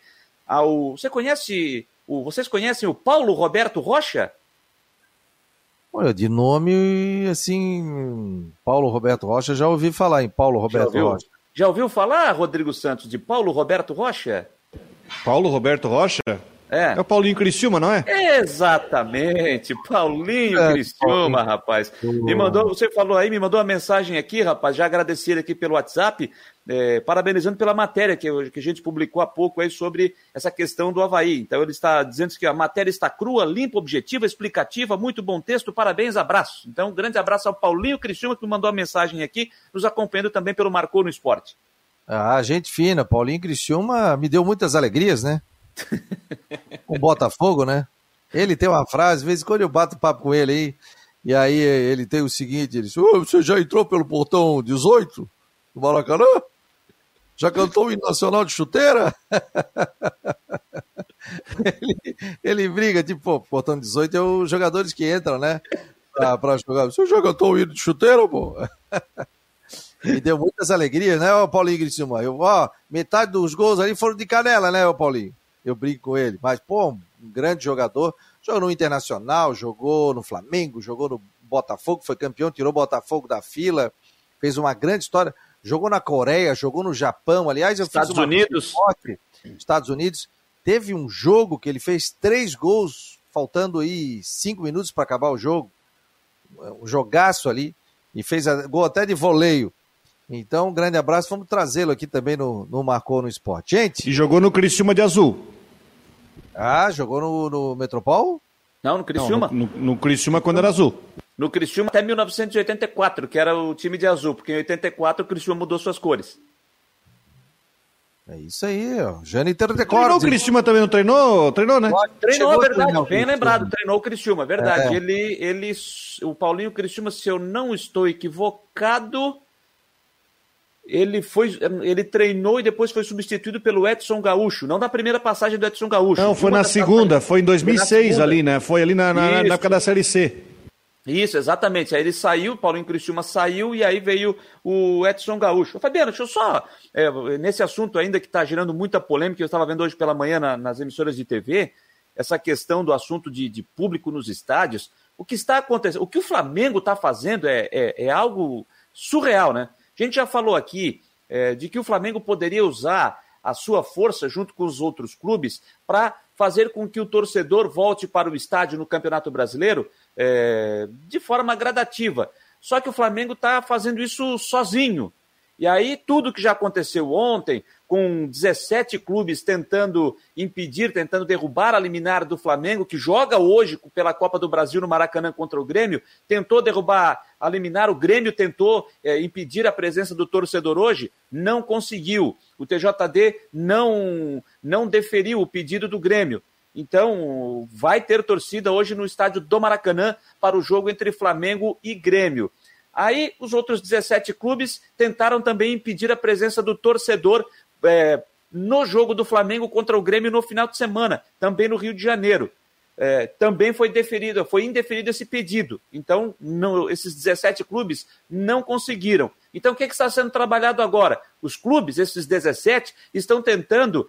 vocês conhecem o Paulo Roberto Rocha? Olha, de nome, assim, Paulo Roberto Rocha, já ouvi falar em Paulo Roberto Rocha. Já ouviu falar, Rodrigo Santos, de Paulo Roberto Rocha? Paulo Roberto Rocha? É o Paulinho Criciúma, não é? Exatamente, Paulinho Criciúma, rapaz. Você falou aí, me mandou uma mensagem aqui, rapaz, já agradeci ele aqui pelo WhatsApp, parabenizando pela matéria que a gente publicou há pouco aí sobre essa questão do Avaí. Então ele está dizendo que a matéria está crua, limpa, objetiva, explicativa, muito bom texto, parabéns, abraço. Então um grande abraço ao Paulinho Criciúma, que me mandou a mensagem aqui, nos acompanhando também pelo Marcou no Esporte. Gente fina, Paulinho Criciúma me deu muitas alegrias, né? O Botafogo, né? Ele tem uma frase, de vez em quando eu bato papo com ele aí, e aí ele tem o seguinte, ele diz, você já entrou pelo portão 18 do Maracanã? Já cantou o hino nacional de chuteira? ele briga, tipo, portão 18 é os jogadores que entram, né? Pra jogar. Você já cantou o hino de chuteira, pô? Me deu muitas alegrias, né, o Paulinho Criciúma? Metade dos gols ali foram de canela, né, o Paulinho? Eu brinco com ele, mas, um grande jogador, jogou no Internacional, jogou no Flamengo, jogou no Botafogo, foi campeão, tirou o Botafogo da fila, fez uma grande história, jogou na Coreia, jogou no Japão, aliás, Estados Unidos, teve um jogo que ele fez 3 gols, faltando aí 5 minutos para acabar o jogo, um jogaço ali, e fez gol até de voleio. Então, um grande abraço, vamos trazê-lo aqui também no Marcou no Esporte. Gente... E jogou no Criciúma de azul. Jogou no Metropol? Não, no Criciúma. No Criciúma quando era azul. No Criciúma até 1984, que era o time de azul, porque em 84 o Criciúma mudou suas cores. É isso aí, ó. Jâniter de Cordes. Treinou o Criciúma também, não treinou? Treinou, né? Treinou, verdade, bem lembrado, treinou o Criciúma, verdade. O Paulinho Criciúma, se eu não estou equivocado... Ele treinou e depois foi substituído pelo Edson Gaúcho, não da primeira passagem do Edson Gaúcho. Não, foi na segunda, foi em 2006 ali, né? Foi ali na época da Série C. Isso, exatamente. Aí ele saiu, o Paulinho Criciúma saiu e aí veio o Edson Gaúcho. Fabiano, deixa eu só, nesse assunto ainda que está gerando muita polêmica, eu estava vendo hoje pela manhã nas emissoras de TV, essa questão do assunto de público nos estádios, o que está acontecendo, o que o Flamengo está fazendo é algo surreal, né? A gente já falou aqui de que o Flamengo poderia usar a sua força junto com os outros clubes para fazer com que o torcedor volte para o estádio no Campeonato Brasileiro de forma gradativa. Só que o Flamengo está fazendo isso sozinho. E aí tudo que já aconteceu ontem, com 17 clubes tentando impedir, tentando derrubar a liminar do Flamengo, que joga hoje pela Copa do Brasil no Maracanã contra o Grêmio, tentou derrubar a liminar, o Grêmio tentou impedir a presença do torcedor hoje, não conseguiu. O TJD não deferiu o pedido do Grêmio. Então, vai ter torcida hoje no estádio do Maracanã para o jogo entre Flamengo e Grêmio. Aí, os outros 17 clubes tentaram também impedir a presença do torcedor no jogo do Flamengo contra o Grêmio no final de semana, também no Rio de Janeiro. Também foi indeferido esse pedido. Então, esses 17 clubes não conseguiram. Então, o que está sendo trabalhado agora? Os clubes, esses 17, estão tentando,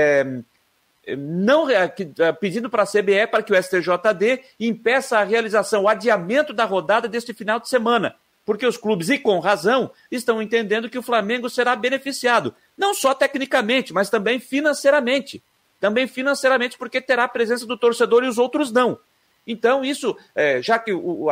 pedindo para a CBE para que o STJD impeça a realização, o adiamento da rodada deste final de semana. Porque os clubes, e com razão, estão entendendo que o Flamengo será beneficiado. Não só tecnicamente, mas também financeiramente. Porque terá a presença do torcedor e os outros não. Então, isso, já que o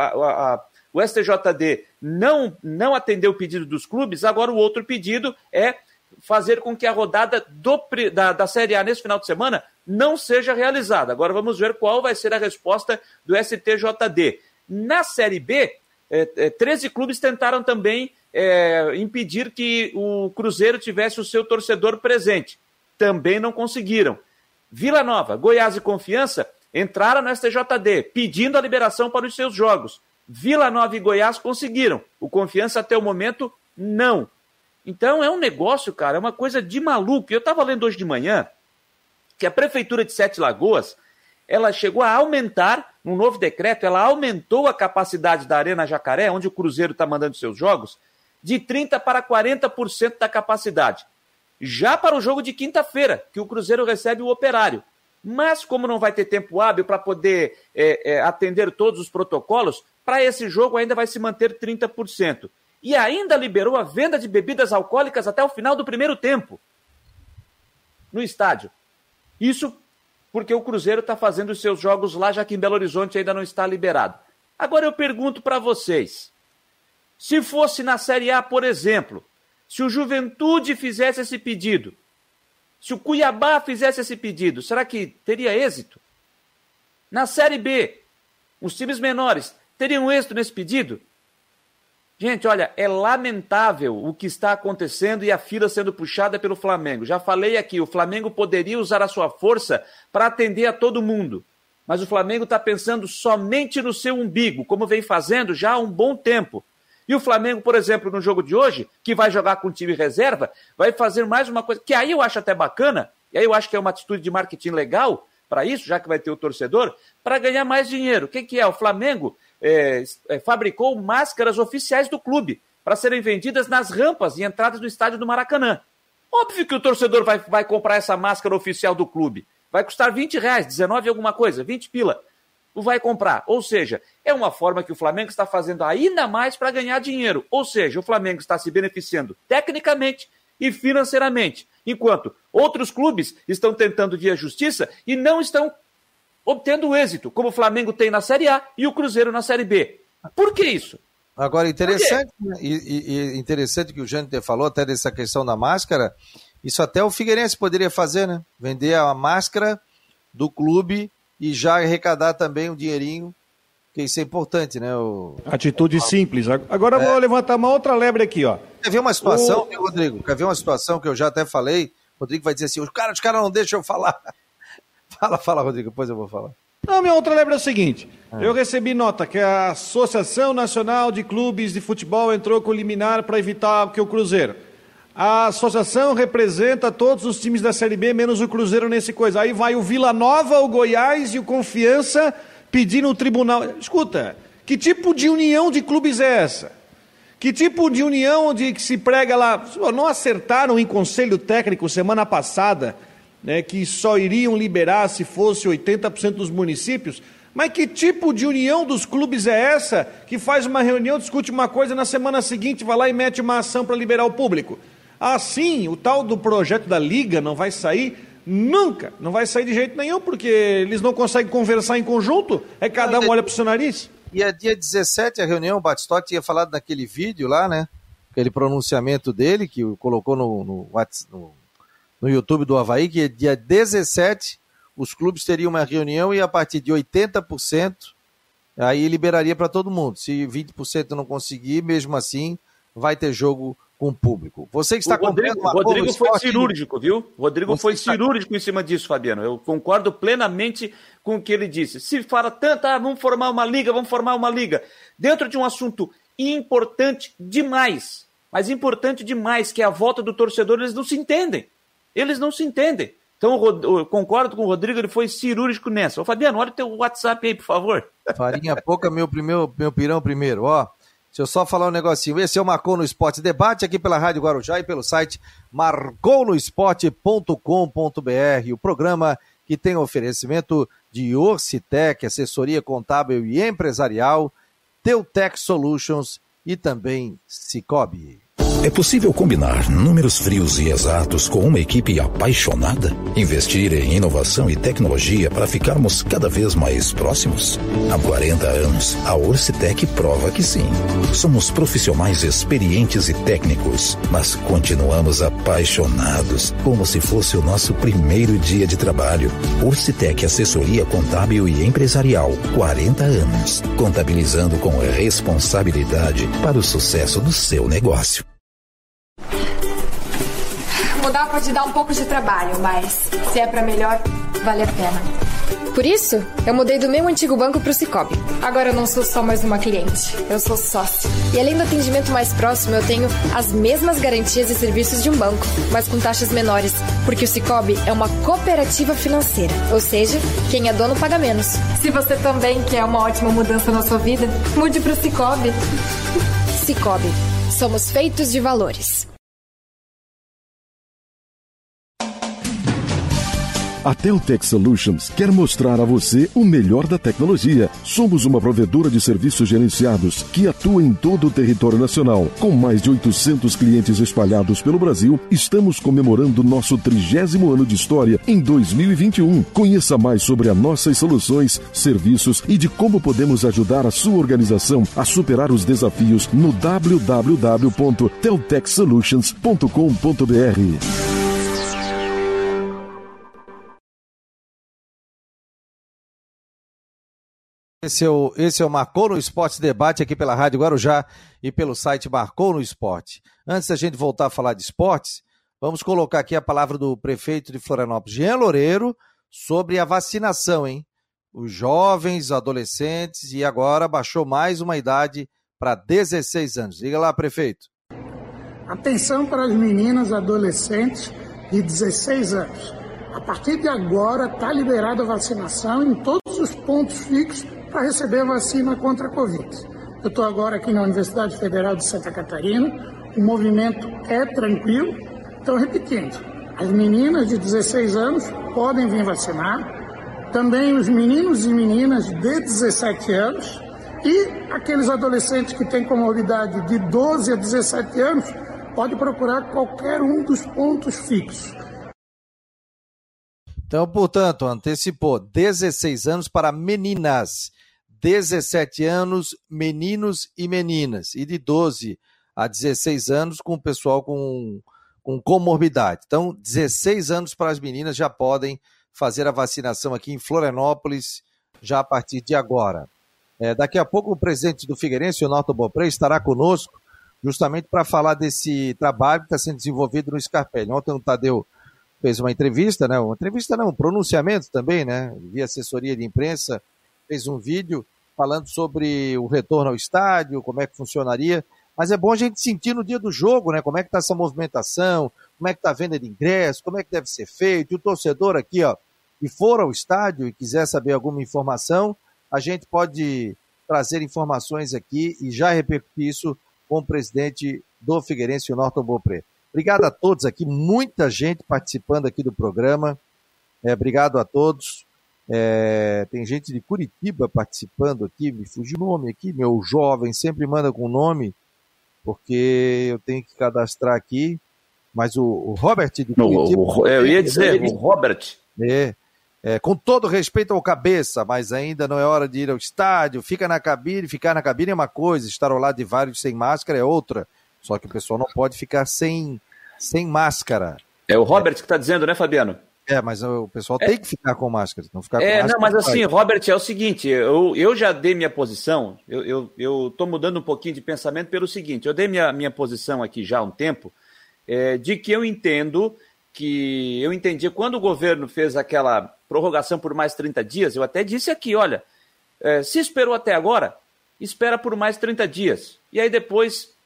STJD não atendeu o pedido dos clubes, agora o outro pedido é fazer com que a rodada da Série A nesse final de semana não seja realizada. Agora vamos ver qual vai ser a resposta do STJD. Na Série B, 13 clubes tentaram também impedir que o Cruzeiro tivesse o seu torcedor presente. Também não conseguiram. Vila Nova, Goiás e Confiança entraram no STJD pedindo a liberação para os seus jogos. Vila Nova e Goiás conseguiram. O Confiança até o momento não. Então é um negócio, cara, é uma coisa de maluco. Eu estava lendo hoje de manhã que a Prefeitura de Sete Lagoas, ela chegou a aumentar, num novo decreto, ela aumentou a capacidade da Arena Jacaré, onde o Cruzeiro está mandando seus jogos, de 30% para 40% da capacidade. Já para o jogo de quinta-feira, que o Cruzeiro recebe o Operário. Mas como não vai ter tempo hábil para poder atender todos os protocolos, para esse jogo ainda vai se manter 30%. E ainda liberou a venda de bebidas alcoólicas até o final do primeiro tempo no estádio. Isso porque o Cruzeiro está fazendo os seus jogos lá, já que em Belo Horizonte ainda não está liberado. Agora eu pergunto para vocês, se fosse na Série A, por exemplo, se o Juventude fizesse esse pedido, se o Cuiabá fizesse esse pedido, será que teria êxito? Na Série B, os times menores teriam êxito nesse pedido? Gente, olha, é lamentável o que está acontecendo e a fila sendo puxada pelo Flamengo. Já falei aqui, o Flamengo poderia usar a sua força para atender a todo mundo. Mas o Flamengo está pensando somente no seu umbigo, como vem fazendo já há um bom tempo. E o Flamengo, por exemplo, no jogo de hoje, que vai jogar com time reserva, vai fazer mais uma coisa, que aí eu acho até bacana, e aí eu acho que é uma atitude de marketing legal para isso, já que vai ter o torcedor, para ganhar mais dinheiro. O que é? O Flamengo fabricou máscaras oficiais do clube para serem vendidas nas rampas e entradas do estádio do Maracanã. Óbvio que o torcedor vai comprar essa máscara oficial do clube. Vai custar R$20, 19 alguma coisa, 20 pila. Vai comprar. Ou seja, é uma forma que o Flamengo está fazendo ainda mais para ganhar dinheiro. Ou seja, o Flamengo está se beneficiando tecnicamente e financeiramente, enquanto outros clubes estão tentando via justiça e não estão obtendo êxito, como o Flamengo tem na Série A e o Cruzeiro na Série B. Por que isso? Agora, interessante, né? E interessante que o Jâniter falou até dessa questão da máscara, isso até o Figueirense poderia fazer, né? Vender a máscara do clube e já arrecadar também um dinheirinho, que isso é importante, né? Atitude simples. Agora eu vou levantar uma outra lebre aqui, ó. Quer ver uma situação, Rodrigo? Quer ver uma situação que eu já até falei? O Rodrigo vai dizer assim, os caras não deixam eu falar. Fala, Rodrigo, depois eu vou falar. Não, minha outra lebre é o seguinte, eu recebi nota que a Associação Nacional de Clubes de Futebol entrou com liminar para evitar que o Cruzeiro. A associação representa todos os times da Série B, menos o Cruzeiro nesse coisa. Aí vai o Vila Nova, o Goiás e o Confiança pedindo o tribunal. Escuta, que tipo de união de clubes é essa? Que tipo de união onde que se prega lá? Não acertaram em conselho técnico semana passada, né, que só iriam liberar se fosse 80% dos municípios? Mas que tipo de união dos clubes é essa que faz uma reunião, discute uma coisa, na semana seguinte vai lá e mete uma ação para liberar o público? Assim, o tal do projeto da Liga não vai sair nunca, não vai sair de jeito nenhum, porque eles não conseguem conversar em conjunto, cada um olha para o seu nariz. E a dia 17, a reunião, o Batistotti tinha falado naquele vídeo lá, né, aquele pronunciamento dele, que colocou no YouTube do Avaí, que dia 17 os clubes teriam uma reunião e a partir de 80%, aí liberaria para todo mundo. Se 20% não conseguir, mesmo assim, vai ter jogo com o público. Você que está comprando uma Rodrigo foi cirúrgico, viu? Rodrigo foi cirúrgico em cima disso, Fabiano. Eu concordo plenamente com o que ele disse. Se fala tanto, vamos formar uma liga, dentro de um assunto importante demais, mas importante demais, que é a volta do torcedor, eles não se entendem. Eles não se entendem. Então, eu concordo com o Rodrigo, ele foi cirúrgico nessa. Ô, Fabiano, olha o teu WhatsApp aí, por favor. Farinha pouca, meu pirão primeiro. Ó, deixa eu só falar um negocinho. Esse é o Marcou no Esporte Debate, aqui pela Rádio Guarujá e pelo site marconosport.com.br. O programa que tem oferecimento de Orcitec, assessoria contábil e empresarial, Teutec Solutions e também Cicobi. É possível combinar números frios e exatos com uma equipe apaixonada? Investir em inovação e tecnologia para ficarmos cada vez mais próximos? Há 40 anos, a Orcitec prova que sim. Somos profissionais experientes e técnicos, mas continuamos apaixonados, como se fosse o nosso primeiro dia de trabalho. Orcitec Assessoria Contábil e Empresarial, 40 anos, contabilizando com responsabilidade para o sucesso do seu negócio. Mudar pode dar um pouco de trabalho, mas se é pra melhor, vale a pena. Por isso, eu mudei do meu antigo banco pro Cicobi. Agora eu não sou só mais uma cliente, eu sou sócio. E além do atendimento mais próximo, eu tenho as mesmas garantias e serviços de um banco, mas com taxas menores, porque o Cicobi é uma cooperativa financeira, ou seja, quem é dono paga menos. Se você também quer uma ótima mudança na sua vida, mude pro Cicobi. Cicobi, somos feitos de valores. A Teutec Solutions quer mostrar a você o melhor da tecnologia. Somos uma provedora de serviços gerenciados que atua em todo o território nacional. Com mais de 800 clientes espalhados pelo Brasil, estamos comemorando nosso 30º ano de história em 2021. Conheça mais sobre as nossas soluções, serviços e de como podemos ajudar a sua organização a superar os desafios no www.teutexsolutions.com.br. Esse é o Marcou no Esporte Debate aqui pela Rádio Guarujá e pelo site Marcou no Esporte. Antes da gente voltar a falar de esportes, vamos colocar aqui a palavra do prefeito de Florianópolis, Jean Loureiro, sobre a vacinação, hein? Os jovens, adolescentes e agora baixou mais uma idade para 16 anos. Diga lá, prefeito. Atenção para as meninas adolescentes de 16 anos. A partir de agora está liberada a vacinação em todos os pontos fixos para receber a vacina contra a Covid. Eu estou agora aqui na Universidade Federal de Santa Catarina, o movimento é tranquilo. Então, repetindo, as meninas de 16 anos podem vir vacinar, também os meninos e meninas de 17 anos e aqueles adolescentes que têm comorbidade de 12 a 17 anos, pode procurar qualquer um dos pontos fixos. Então, portanto, antecipou 16 anos para meninas, 17 anos meninos e meninas, e de 12 a 16 anos com o pessoal com comorbidade. Então, 16 anos para as meninas já podem fazer a vacinação aqui em Florianópolis, já a partir de agora. Daqui a pouco o presidente do Figueirense, o Norton Beaupré, estará conosco justamente para falar desse trabalho que está sendo desenvolvido no Scarpelli. Ontem o Tadeu fez uma entrevista, né? Um pronunciamento também, né? Via assessoria de imprensa, fez um vídeo falando sobre o retorno ao estádio, como é que funcionaria, mas é bom a gente sentir no dia do jogo, né? Como é que está essa movimentação, como é que está a venda de ingressos, como é que deve ser feito, e o torcedor aqui, ó, que for ao estádio e quiser saber alguma informação, a gente pode trazer informações aqui e já repercutir isso com o presidente do Figueirense, o Norton Beaupré. Obrigado a todos aqui, muita gente participando aqui do programa, obrigado a todos. Tem gente de Curitiba participando aqui, me fugiu o nome aqui, meu jovem sempre manda com o nome, porque eu tenho que cadastrar aqui, mas o Robert de Curitiba... Eu ia dizer, o Robert... com todo respeito ao cabeça, mas ainda não é hora de ir ao estádio, ficar na cabine é uma coisa, estar ao lado de vários sem máscara é outra, só que o pessoal não pode ficar sem máscara. É o Robert que está dizendo, né, Fabiano? Mas o pessoal tem que ficar com máscara. Não ficar com máscara, não, mas assim, Robert, é o seguinte, eu já dei minha posição, eu estou mudando um pouquinho de pensamento pelo seguinte, eu dei minha posição aqui já há um tempo, de que eu entendi quando o governo fez aquela prorrogação por mais 30 dias, eu até disse aqui, olha, se esperou até agora, espera por mais 30 dias. E aí depois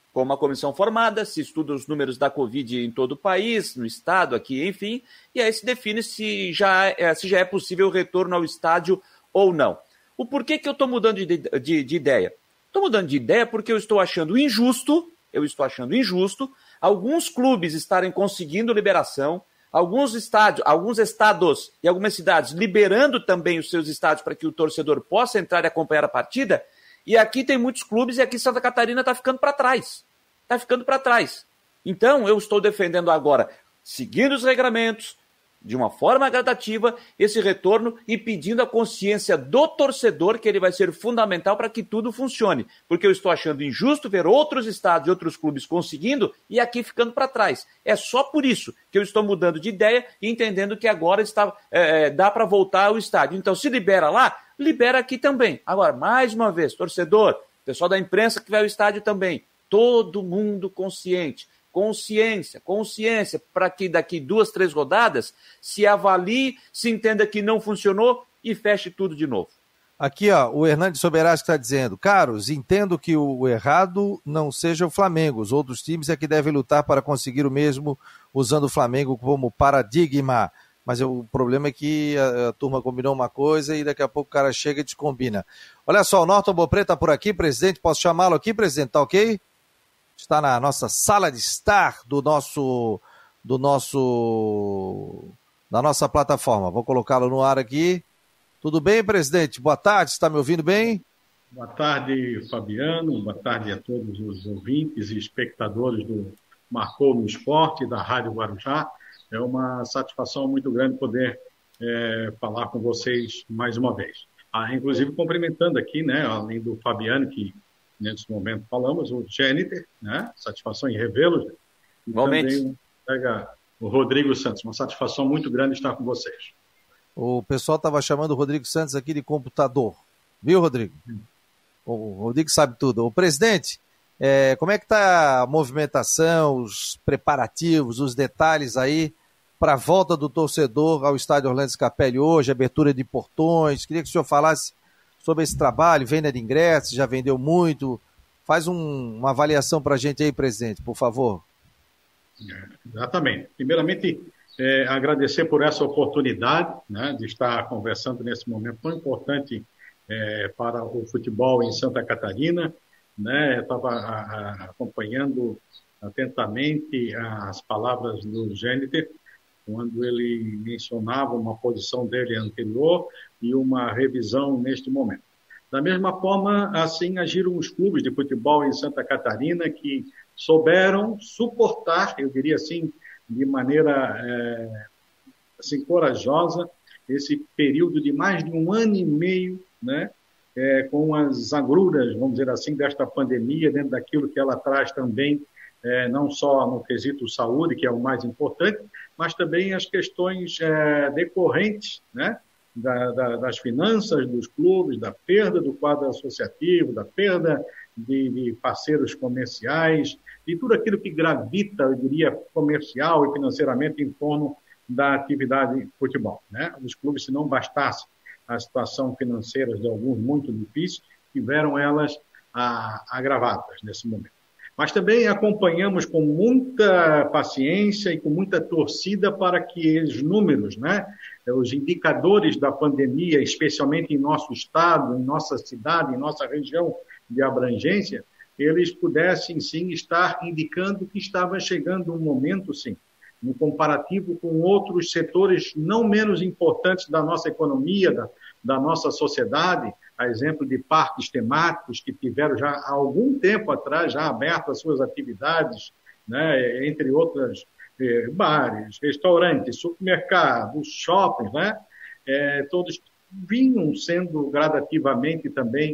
com uma comissão formada, se estuda os números da Covid em todo o país, no estado, aqui, enfim, e aí se define se já é possível o retorno ao estádio ou não. O porquê que eu estou mudando de ideia? Estou mudando de ideia porque eu estou achando injusto alguns clubes estarem conseguindo liberação, alguns estados e algumas cidades liberando também os seus estádios para que o torcedor possa entrar e acompanhar a partida, e aqui tem muitos clubes e aqui Santa Catarina está ficando para trás. Então, eu estou defendendo agora, seguindo os regramentos, de uma forma gradativa, esse retorno e pedindo a consciência do torcedor que ele vai ser fundamental para que tudo funcione. Porque eu estou achando injusto ver outros estados e outros clubes conseguindo e aqui ficando para trás. É só por isso que eu estou mudando de ideia e entendendo que agora dá para voltar ao estádio. Então, se libera lá, libera aqui também. Agora, mais uma vez, torcedor, pessoal da imprensa que vai ao estádio também, todo mundo consciente. Consciência, para que daqui 2, 3 rodadas se avalie, se entenda que não funcionou e feche tudo de novo. Aqui, ó, o Hernandes Soberasco está dizendo: caros, entendo que o errado não seja o Flamengo, os outros times é que devem lutar para conseguir o mesmo, usando o Flamengo como paradigma, mas o problema é que a turma combinou uma coisa e daqui a pouco o cara chega e descombina. Olha só, o Norton Beaupré está por aqui, presidente, posso chamá-lo aqui, presidente, tá ok? Está na nossa sala de estar da nossa plataforma. Vou colocá-lo no ar aqui. Tudo bem, presidente? Boa tarde, está me ouvindo bem? Boa tarde, Fabiano. Boa tarde a todos os ouvintes e espectadores do Marcou no Esporte, da Rádio Guarujá. É uma satisfação muito grande poder falar com vocês mais uma vez. Inclusive cumprimentando aqui, né, além do Fabiano, que nesse momento falamos, o Jâniter, né? Satisfação em revê-los. Igualmente. Também o Rodrigo Santos. Uma satisfação muito grande estar com vocês. O pessoal estava chamando o Rodrigo Santos aqui de computador. Viu, Rodrigo? O Rodrigo sabe tudo. O presidente, como é que está a movimentação, os preparativos, os detalhes aí para a volta do torcedor ao estádio Orlando Scarpelli hoje, abertura de portões? Queria que o senhor falasse sobre esse trabalho, venda de ingressos, já vendeu muito. Faz uma avaliação para a gente aí, presidente, por favor. Exatamente. Primeiramente, agradecer por essa oportunidade, né, de estar conversando nesse momento tão importante para o futebol em Santa Catarina. Né? Eu estava acompanhando atentamente as palavras do Jâniter, quando ele mencionava uma posição dele anterior e uma revisão neste momento. Da mesma forma, assim agiram os clubes de futebol em Santa Catarina, que souberam suportar, eu diria assim, de maneira assim, corajosa, esse período de mais de 1 ano e meio, né, com as agruras, vamos dizer assim, desta pandemia, dentro daquilo que ela traz também, não só no quesito saúde, que é o mais importante, mas também as questões decorrentes, né, das finanças dos clubes, da perda do quadro associativo, da perda de parceiros comerciais, e tudo aquilo que gravita, eu diria, comercial e financeiramente em torno da atividade de futebol. Né? Os clubes, se não bastasse a situação financeira de alguns muito difícil, tiveram elas agravadas nesse momento. Mas também acompanhamos com muita paciência e com muita torcida para que os números, né, os indicadores da pandemia, especialmente em nosso estado, em nossa cidade, em nossa região de abrangência, eles pudessem, sim, estar indicando que estava chegando um momento, sim, no comparativo com outros setores não menos importantes da nossa economia, da nossa sociedade, a exemplo de parques temáticos que tiveram já há algum tempo atrás já aberto as suas atividades, né, entre outras bares, restaurantes, supermercados, shoppings, né, todos vinham sendo gradativamente também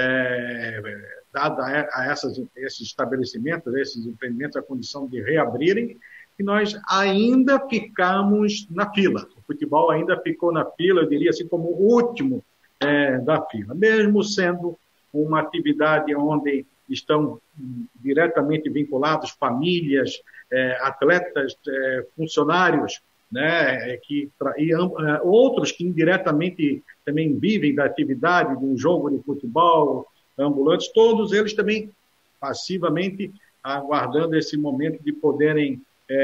dada a esses estabelecimentos, a esses empreendimentos, a condição de reabrirem, e nós ainda ficamos na fila. O futebol ainda ficou na fila, eu diria assim, como o último da fila, mesmo sendo uma atividade onde estão diretamente vinculados famílias, atletas, funcionários, né, outros que indiretamente também vivem da atividade de um jogo de futebol, ambulantes, todos eles também passivamente aguardando esse momento de poderem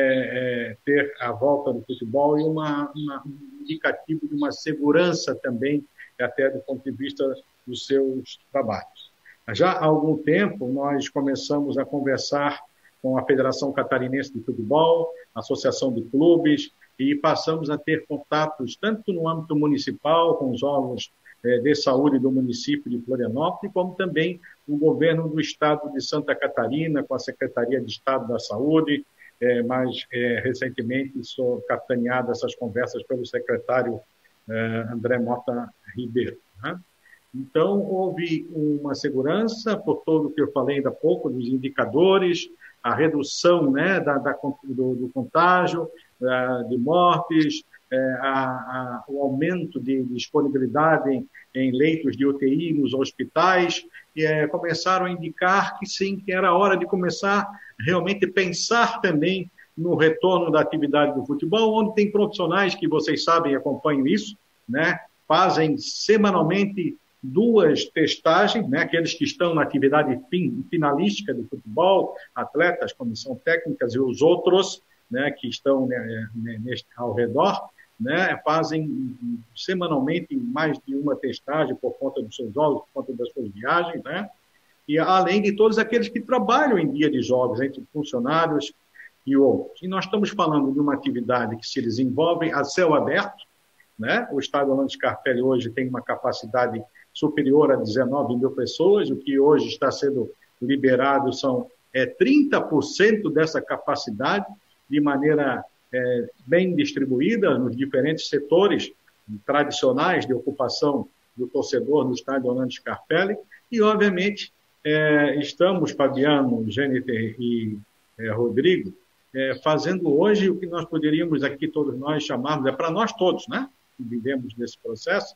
ter a volta do futebol e um indicativo de uma segurança também, até do ponto de vista dos seus trabalhos. Já há algum tempo, nós começamos a conversar com a Federação Catarinense de Futebol, a Associação de Clubes, e passamos a ter contatos tanto no âmbito municipal, com os órgãos de saúde do município de Florianópolis, como também o governo do estado de Santa Catarina, com a Secretaria de Estado da Saúde, mais recentemente sou capitaneado essas conversas pelo secretário André Mota Ribeiro, né? Então, houve uma segurança, por todo o que eu falei ainda há pouco, dos indicadores, a redução, né, do contágio, de mortes, o aumento de disponibilidade em leitos de UTI nos hospitais, começaram a indicar que sim, que era hora de começar realmente pensar também no retorno da atividade do futebol, onde tem profissionais que vocês sabem, acompanham isso, né, fazem semanalmente 2 testagens, né, aqueles que estão na atividade finalística do futebol, atletas, comissão técnica e os outros, né, que estão ao redor, né, fazem semanalmente mais de uma testagem por conta dos seus jogos, por conta das suas viagens, né, e além de todos aqueles que trabalham em dia de jogos, entre funcionários e outros. E nós estamos falando de uma atividade que se desenvolve a céu aberto, né? O estádio Orlando Scarpelli hoje tem uma capacidade superior a 19 mil pessoas, o que hoje está sendo liberado são 30% dessa capacidade, de maneira bem distribuída nos diferentes setores tradicionais de ocupação do torcedor no estádio Orlando Scarpelli, e obviamente estamos, Fabiano, Jennifer e Rodrigo, fazendo hoje o que nós poderíamos aqui todos nós chamarmos, para nós todos, né, que vivemos nesse processo,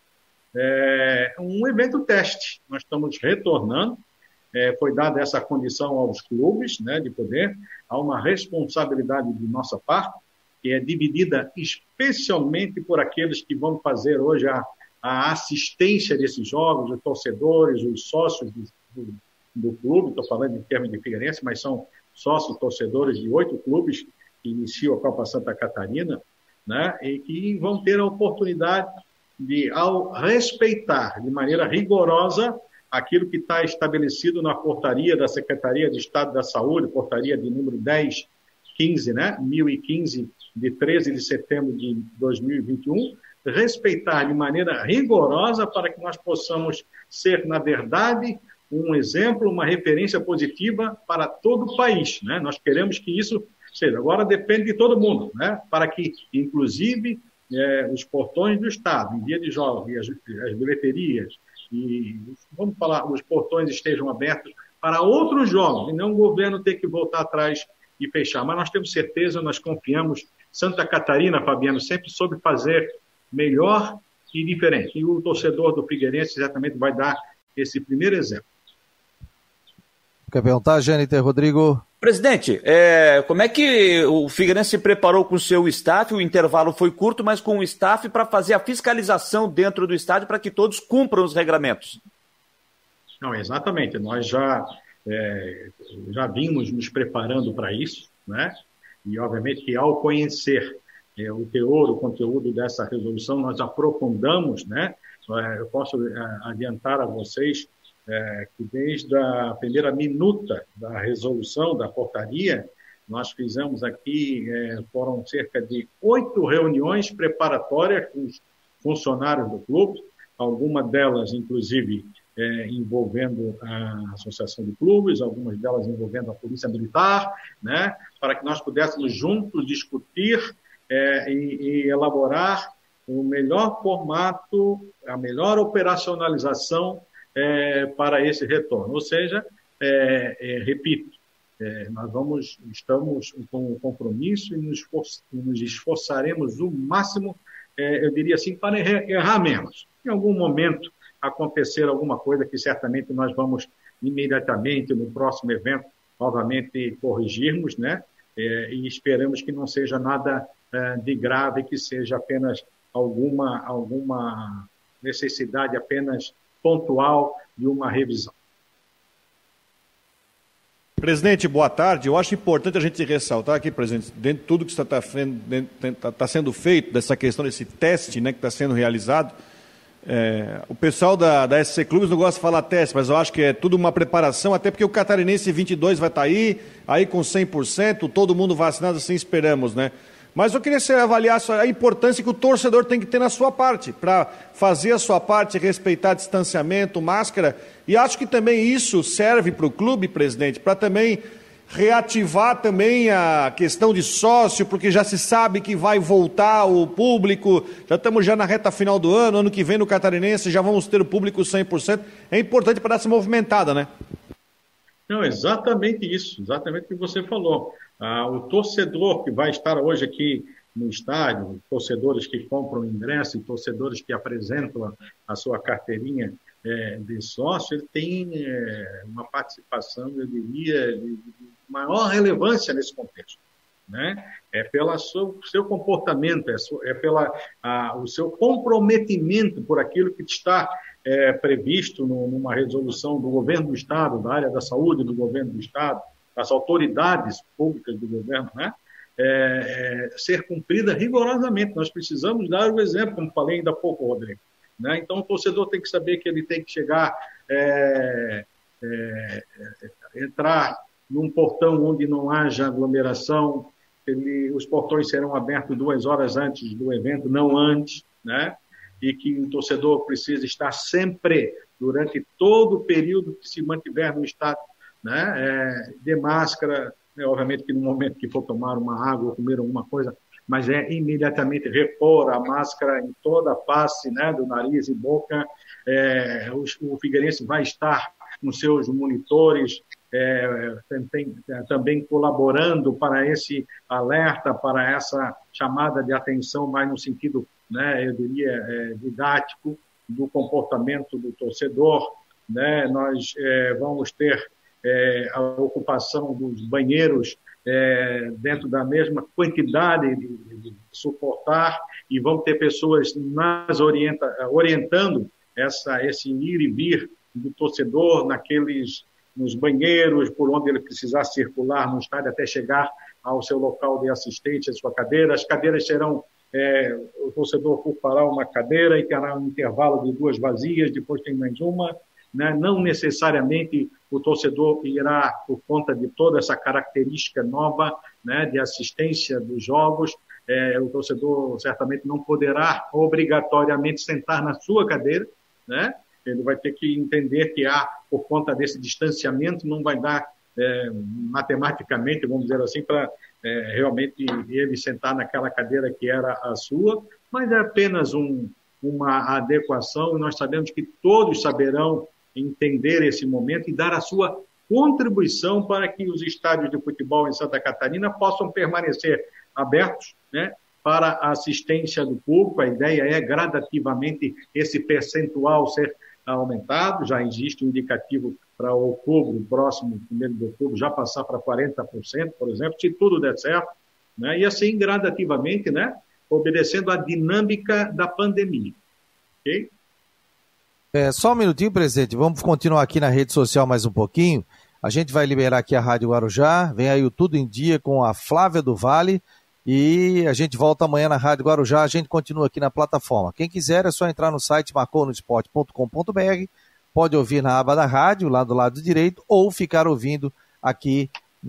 um evento teste. Nós estamos retornando, foi dada essa condição aos clubes, né, de poder, há uma responsabilidade de nossa parte, que é dividida especialmente por aqueles que vão fazer hoje a assistência desses jogos, os torcedores, os sócios do clube, estou falando em termos de Figueirense, mas são sócios torcedores de 8 clubes que iniciam a Copa Santa Catarina, né, e que vão ter a oportunidade de, ao respeitar de maneira rigorosa aquilo que está estabelecido na portaria da Secretaria de Estado da Saúde, portaria de número 1015, né, 1015, de 13 de setembro de 2021, respeitar de maneira rigorosa para que nós possamos ser, na verdade, um exemplo, uma referência positiva para todo o país, né? Nós queremos que isso seja. Agora depende de todo mundo, né? Para que, inclusive, os portões do Estado, em dia de jogos, e as bilheterias, e, vamos falar, os portões estejam abertos para outros jogos, e não o governo ter que voltar atrás e fechar. Mas nós temos certeza, nós confiamos. Santa Catarina, Fabiano, sempre soube fazer melhor e diferente. E o torcedor do Figueirense exatamente vai dar esse primeiro exemplo. Quer perguntar, Jennifer, Rodrigo? Presidente, como é que o Figueirense se preparou com o seu staff? O intervalo foi curto, mas com o staff para fazer a fiscalização dentro do estádio para que todos cumpram os regramentos. Não, exatamente. Nós já vimos nos preparando para isso, né? E, obviamente, que ao conhecer o teor, o conteúdo dessa resolução, nós aprofundamos, né? Eu posso adiantar a vocês que desde a primeira minuta da resolução, da portaria, nós fizemos aqui, foram cerca de 8 reuniões preparatórias com os funcionários do clube, algumas delas, inclusive, envolvendo a Associação de Clubes, algumas delas envolvendo a Polícia Militar, né, para que nós pudéssemos juntos discutir e elaborar o melhor formato, a melhor operacionalização para esse retorno. Ou seja, repito, nós estamos com o compromisso e nos esforçaremos o máximo, eu diria assim, para errar menos. Em algum momento acontecer alguma coisa que certamente nós vamos imediatamente no próximo evento novamente corrigirmos, né? E esperamos que não seja nada de grave, que seja apenas alguma necessidade apenas pontual de uma revisão. Presidente, boa tarde. Eu acho importante a gente ressaltar aqui, presidente, dentro de tudo que está sendo feito, dessa questão desse teste, né, que está sendo realizado, o pessoal da SC Clubes não gosta de falar teste, mas eu acho que é tudo uma preparação, até porque o Catarinense 22 vai estar aí com 100%, todo mundo vacinado, assim esperamos, né? Mas eu queria que você avaliasse a importância que o torcedor tem que ter na sua parte, para fazer a sua parte, respeitar distanciamento, máscara, e acho que também isso serve para o clube, presidente, para também reativar também a questão de sócio, porque já se sabe que vai voltar o público, já estamos na reta final do ano que vem no Catarinense já vamos ter o público 100%, é importante para dar essa movimentada, né? Não, exatamente isso, exatamente o que você falou. O torcedor que vai estar hoje aqui no estádio, torcedores que compram ingresso, torcedores que apresentam a sua carteirinha de sócio, ele tem uma participação, eu diria, de maior relevância nesse contexto, né? É pelo seu comportamento, o seu comprometimento por aquilo que está previsto numa resolução do governo do Estado, da área da saúde do governo do Estado, das autoridades públicas do governo, né? Ser cumprida rigorosamente. Nós precisamos dar o exemplo, como falei ainda há pouco, Rodrigo, né? Então, o torcedor tem que saber que ele tem que chegar, entrar num portão onde não haja aglomeração, os portões serão abertos 2 horas antes do evento, não antes, né? E que o torcedor precisa estar sempre, durante todo o período que se mantiver no estádio, né? De máscara, obviamente que no momento que for tomar uma água ou comer alguma coisa, mas imediatamente repor a máscara em toda a face, né, do nariz e boca. O Figueirense vai estar com seus monitores, também colaborando para esse alerta, para essa chamada de atenção, mais no sentido, né, eu diria, didático, do comportamento do torcedor, né? Nós vamos ter a ocupação dos banheiros dentro da mesma quantidade de suportar, e vão ter pessoas orientando esse ir e vir do torcedor nos banheiros, por onde ele precisar circular no estádio até chegar ao seu local de assistência, a sua cadeira. As cadeiras serão, o torcedor ocupará uma cadeira e terá um intervalo de 2 vazias, depois tem mais uma, né? Não necessariamente o torcedor irá, por conta de toda essa característica nova, né, de assistência dos jogos, o torcedor certamente não poderá obrigatoriamente sentar na sua cadeira, né? Ele vai ter que entender que por conta desse distanciamento, não vai dar matematicamente, vamos dizer assim, para realmente ele sentar naquela cadeira que era a sua, mas é apenas uma adequação, e nós sabemos que todos saberão entender esse momento e dar a sua contribuição para que os estádios de futebol em Santa Catarina possam permanecer abertos, né, para a assistência do público. A ideia é gradativamente esse percentual ser aumentado. Já existe um indicativo para outubro, próximo 1º de outubro, já passar para 40%, por exemplo, se tudo der certo, né? E assim gradativamente, né, obedecendo à dinâmica da pandemia. Ok? Só um minutinho, presidente. Vamos continuar aqui na rede social mais um pouquinho. A gente vai liberar aqui a Rádio Guarujá. Vem aí o Tudo em Dia com a Flávia do Vale. E a gente volta amanhã na Rádio Guarujá. A gente continua aqui na plataforma. Quem quiser é só entrar no site marconosport.com.br. Pode ouvir na aba da rádio, lá do lado direito, ou ficar ouvindo aqui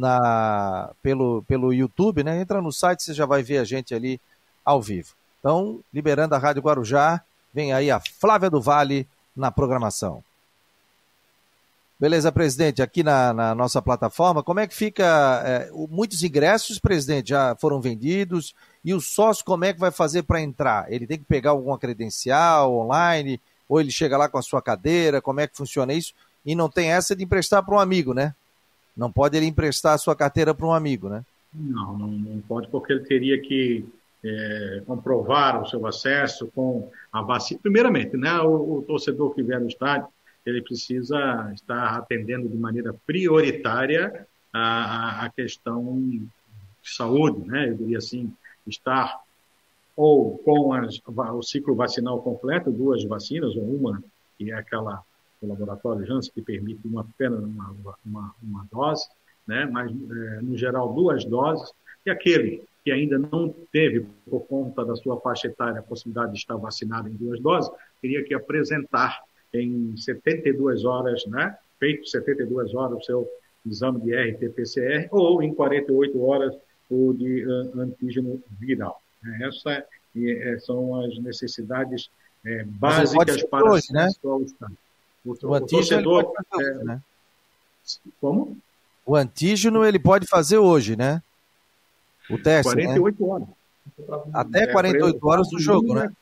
pelo YouTube, né? Entra no site, você já vai ver a gente ali ao vivo. Então, liberando a Rádio Guarujá, vem aí a Flávia do Vale na programação. Beleza, presidente, aqui na nossa plataforma, como é que fica, muitos ingressos, presidente, já foram vendidos, e o sócio como é que vai fazer para entrar? Ele tem que pegar alguma credencial online, ou ele chega lá com a sua cadeira, como é que funciona isso? E não tem essa de emprestar para um amigo, né? Não pode ele emprestar a sua carteira para um amigo, né? Não pode, porque ele teria que comprovar o seu acesso com a vacina. Primeiramente, né, o torcedor que vier no estádio, ele precisa estar atendendo de maneira prioritária a questão de saúde, né? Eu diria assim, estar ou com o ciclo vacinal completo, 2 vacinas, ou uma, que é aquela do laboratório Janssen, que permite apenas uma dose, né? Mas, no geral, 2 doses, e aquele que ainda não teve, por conta da sua faixa etária, a possibilidade de estar vacinado em 2 doses, teria que apresentar em 72 horas, né? Feito 72 horas o seu exame de RT-PCR, ou em 48 horas o de antígeno viral. Essas são as necessidades básicas para hoje, né? o Estado. O antígeno torcedor, pode fazer hoje, né? Como? O antígeno ele pode fazer hoje, né? O teste, 48 horas. Até 48 horas do jogo, né?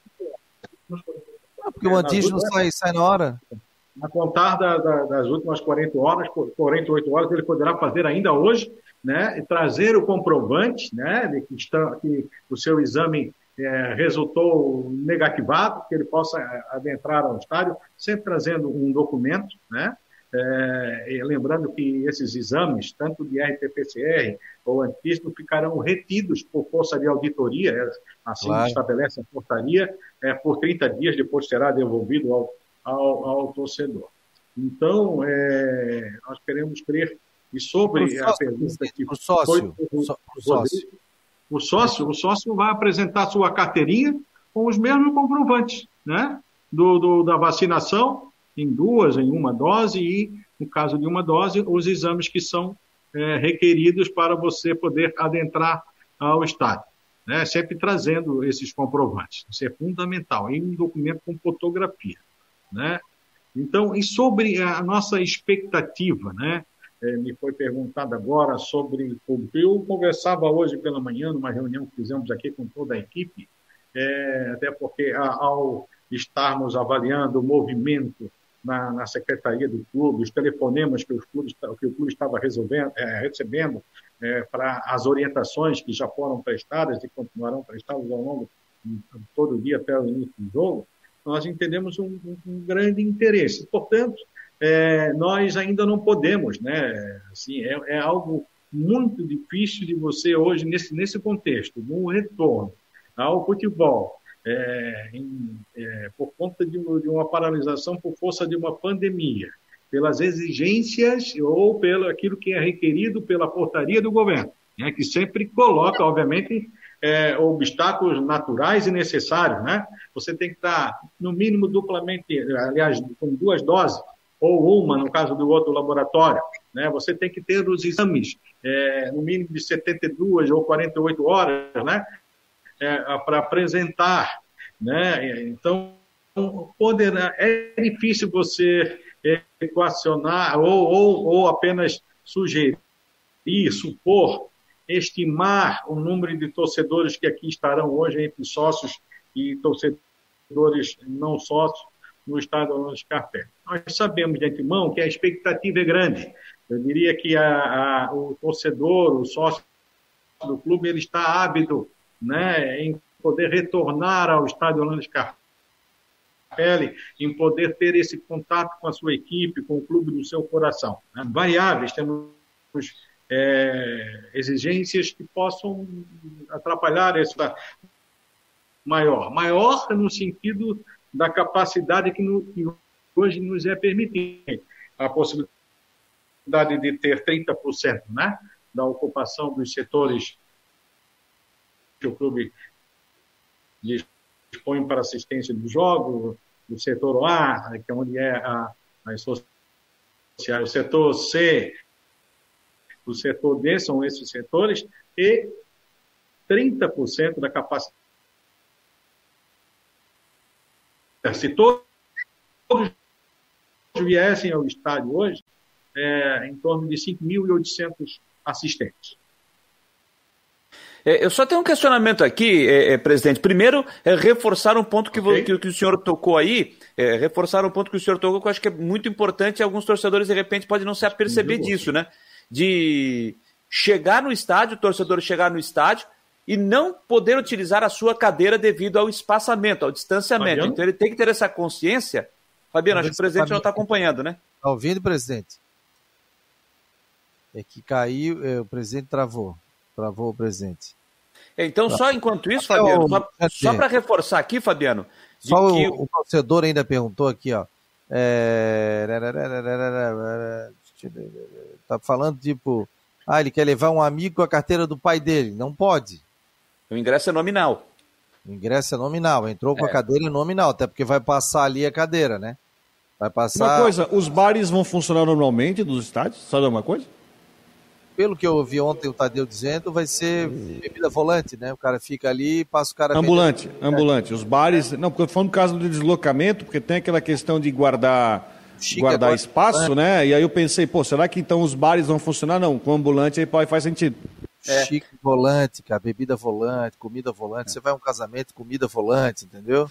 Porque o antígeno sai na hora. A contar das últimas 48 horas, ele poderá fazer ainda hoje, né, e trazer o comprovante, né, de que o seu exame resultou negativado, que ele possa adentrar ao estádio, sempre trazendo um documento, né, lembrando que esses exames, tanto de RT-PCR ou antígeno, ficarão retidos por força de auditoria, assim claro. Estabelece a portaria, por 30 dias, depois será devolvido ao torcedor. Então, nós queremos crer, e sobre a pergunta que o sócio vai apresentar sua carteirinha com os mesmos comprovantes, né, da vacinação, em 2, em 1 dose, e, no caso de 1 dose, os exames que são requeridos para você poder adentrar ao estádio, né, sempre trazendo esses comprovantes. Isso é fundamental, em um documento com fotografia, né? Então, e sobre a nossa expectativa, né? Me foi perguntado agora sobre o que eu conversava hoje pela manhã, numa reunião que fizemos aqui com toda a equipe, até porque ao estarmos avaliando o movimento na secretaria do clube, os telefonemas que o clube estava recebendo para as orientações que já foram prestadas e continuarão prestadas ao longo de todo o dia até o início do jogo, nós entendemos um grande interesse. Portanto, nós ainda não podemos, né? Assim, é algo muito difícil de você hoje, nesse contexto, no retorno ao futebol, por conta de uma paralisação por força de uma pandemia, pelas exigências ou pelo aquilo que é requerido pela portaria do governo, né? Que sempre coloca, obviamente, obstáculos naturais e necessários, né? Você tem que estar, no mínimo, duplamente, aliás, com 2 doses, ou 1, no caso do outro laboratório, né? Você tem que ter os exames, no mínimo de 72 ou 48 horas, né? Para apresentar, né? Então, é difícil você equacionar ou apenas sugerir, supor, estimar o número de torcedores que aqui estarão hoje entre sócios e torcedores não sócios no estádio Orlando Scarpelli. Nós sabemos de antemão que a expectativa é grande. Eu diria que o torcedor, o sócio do clube, ele está ávido, né, em poder retornar ao estádio Orlando Scarpelli, em poder ter esse contato com a sua equipe, com o clube do seu coração, né? Variáveis, temos exigências que possam atrapalhar essa maior no sentido da capacidade que hoje nos é permitida, a possibilidade de ter 30%, né, da ocupação dos setores que o clube dispõe para assistência do jogo, do setor A, que é onde as sociais, o setor C, o setor D, são esses setores, e 30% da capacidade. Se todos viessem ao estádio hoje, em torno de 5.800 assistentes. Eu só tenho um questionamento aqui, presidente. Primeiro, reforçar um ponto que o senhor tocou aí, reforçar um ponto que o senhor tocou, que eu acho que é muito importante, e alguns torcedores, de repente, podem não se aperceber disso, né? De chegar no estádio, o torcedor chegar no estádio e não poder utilizar a sua cadeira devido ao espaçamento, ao distanciamento. Fabiano? Então ele tem que ter essa consciência. Fabiano, acho que o presidente não está acompanhando, né? Está ouvindo, presidente? É que caiu, o presidente travou o presidente. Então, só enquanto isso, Fabiano, só para reforçar aqui, Fabiano... Só o torcedor ainda perguntou aqui, ó. Tá falando tipo, ele quer levar um amigo com a carteira do pai dele. Não pode. O ingresso é nominal. O ingresso é nominal. Entrou com a cadeira nominal, até porque vai passar ali a cadeira, né? Vai passar... Uma coisa, os bares vão funcionar normalmente dos estádios? Sabe uma coisa? Pelo que eu ouvi ontem o Tadeu dizendo, vai ser bebida volante, né? O cara fica ali e passa o cara... Ambulante. Os bares... Não, porque eu tô falando no caso do deslocamento, porque tem aquela questão de guardar espaço, né? E aí eu pensei, será que então os bares vão funcionar? Não, com ambulante aí faz sentido. Chique volante, cara, bebida volante, comida volante. Você vai a um casamento, comida volante, entendeu?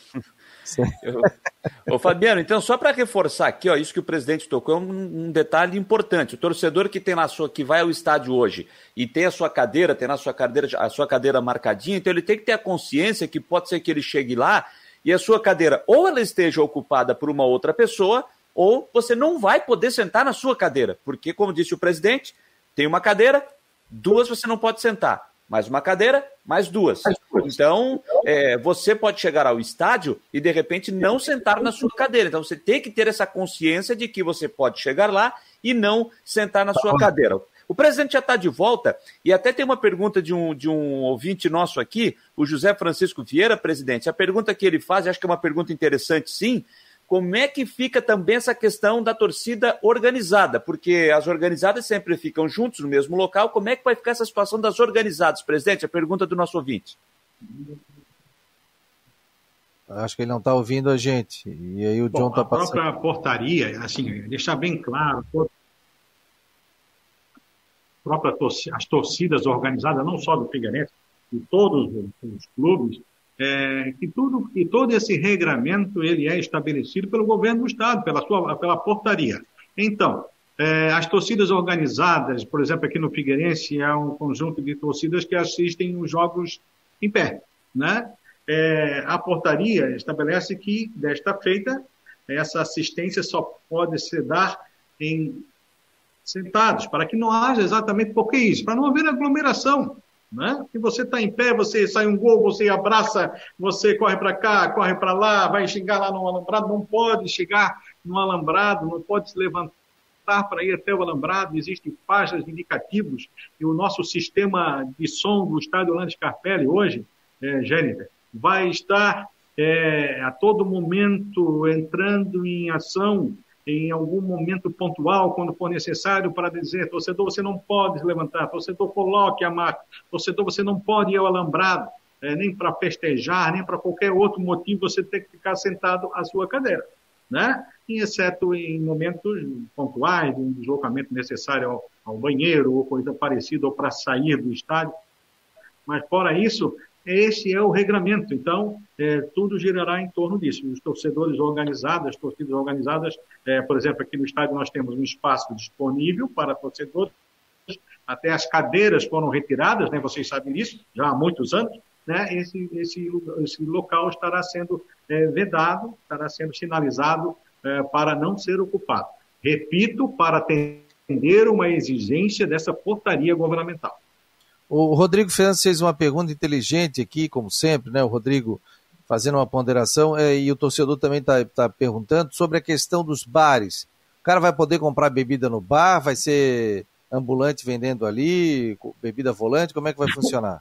Ô Fabiano, então só para reforçar aqui, isso que o presidente tocou é um detalhe importante. O torcedor que tem que vai ao estádio hoje e tem a sua cadeira, a sua cadeira marcadinha, então ele tem que ter a consciência que pode ser que ele chegue lá e a sua cadeira ou ela esteja ocupada por uma outra pessoa ou você não vai poder sentar na sua cadeira, porque como disse o presidente, tem uma cadeira, 2 você não pode sentar. Mais uma cadeira, mais 2. Então, você pode chegar ao estádio e, de repente, não sentar na sua cadeira. Então, você tem que ter essa consciência de que você pode chegar lá e não sentar na sua cadeira. O presidente já está de volta e até tem uma pergunta de um ouvinte nosso aqui, o José Francisco Vieira, presidente. A pergunta que ele faz, acho que é uma pergunta interessante, sim. Como é que fica também essa questão da torcida organizada? Porque as organizadas sempre ficam juntos no mesmo local. Como é que vai ficar essa situação das organizadas, presidente? A pergunta do nosso ouvinte. Acho que ele não está ouvindo a gente. E aí o John está passando. A própria portaria, assim, deixar bem claro, as torcidas organizadas, não só do Figueirense, de todos os clubes, que todo esse regramento ele é estabelecido pelo governo do estado, pela portaria. Então, as torcidas organizadas, por exemplo, aqui no Figueirense, é um conjunto de torcidas que assistem os jogos em pé, né? A portaria estabelece que, desta feita, essa assistência só pode se dar sentados, para que não haja exatamente porque isso, para não haver aglomeração. Né? Se você está em pé, você sai um gol, você abraça, você corre para cá, corre para lá, vai chegar lá no alambrado, não pode chegar no alambrado, não pode se levantar para ir até o alambrado, existem faixas indicativos, e o nosso sistema de som do estádio Orlando Scarpelli hoje, Jennifer, vai estar a todo momento entrando em ação, em algum momento pontual, quando for necessário, para dizer, torcedor, você não pode se levantar, torcedor, coloque a marca, torcedor, você não pode ir ao alambrado, nem para festejar, nem para qualquer outro motivo, você tem que ficar sentado à sua cadeira, né? E exceto em momentos pontuais, de um deslocamento necessário ao banheiro, ou coisa parecida, ou para sair do estádio. Mas, fora isso, esse é o regramento. Então, tudo girará em torno disso. Os torcedores organizados, as torcidas organizadas, por exemplo, aqui no estádio nós temos um espaço disponível para torcedores, até as cadeiras foram retiradas, né? Vocês sabem disso, já há muitos anos, né? Esse local estará sendo vedado, estará sendo sinalizado para não ser ocupado. Repito, para atender uma exigência dessa portaria governamental. O Rodrigo Fernandes fez uma pergunta inteligente aqui, como sempre, né? O Rodrigo fazendo uma ponderação, e o torcedor também está perguntando sobre a questão dos bares. O cara vai poder comprar bebida no bar, vai ser ambulante vendendo ali, bebida volante, como é que vai funcionar?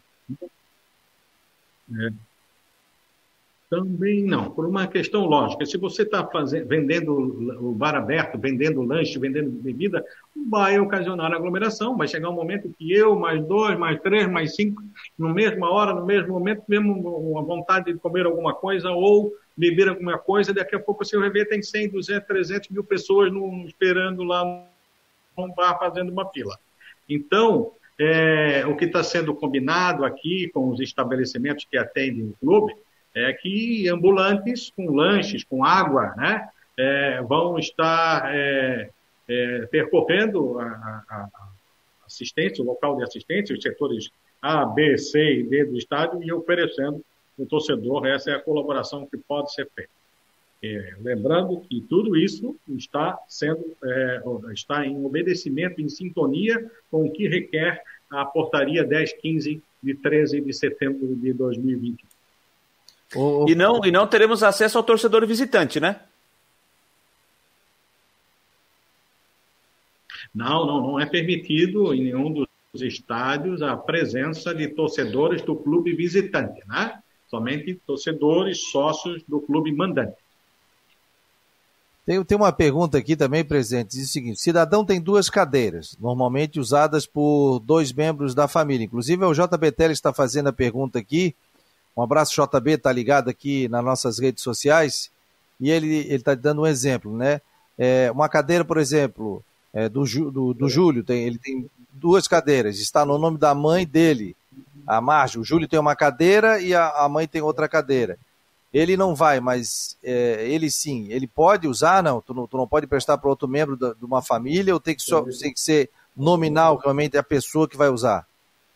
Também não, por uma questão lógica. Se você está vendendo o bar aberto, vendendo lanche, vendendo bebida, vai ocasionar aglomeração. Vai chegar um momento que eu, mais 2, mais 3, mais 5, na mesma hora, no mesmo momento, temos uma vontade de comer alguma coisa ou beber alguma coisa, daqui a pouco você vai ver tem 100, 200, 300 mil pessoas esperando lá num bar fazendo uma fila. Então, o que está sendo combinado aqui com os estabelecimentos que atendem o clube é que ambulantes com lanches, com água, né, vão estar percorrendo a assistência, o local de assistência, os setores A, B, C e D do estádio e oferecendo ao torcedor. Essa é a colaboração que pode ser feita. Lembrando que tudo isso está em obedecimento, em sintonia com o que requer a portaria 1015 de 13 de setembro de 2021. E não teremos acesso ao torcedor visitante, né? Não é permitido em nenhum dos estádios a presença de torcedores do clube visitante, né? Somente torcedores, sócios do clube mandante. Tem uma pergunta aqui também, presidente, diz o seguinte: cidadão tem 2 cadeiras, normalmente usadas por 2 membros da família. Inclusive, o JB Teles está fazendo a pergunta aqui. Um abraço, JB, está ligado aqui nas nossas redes sociais, e ele está dando um exemplo, né? Uma cadeira, por exemplo, do Júlio, ele tem 2 cadeiras, está no nome da mãe dele, a Marge. O Júlio tem uma cadeira e a mãe tem outra cadeira. Ele não vai, mas ele sim, ele pode usar? Não, tu não pode prestar para outro membro de uma família, ou tem que ser nominal, realmente, a pessoa que vai usar?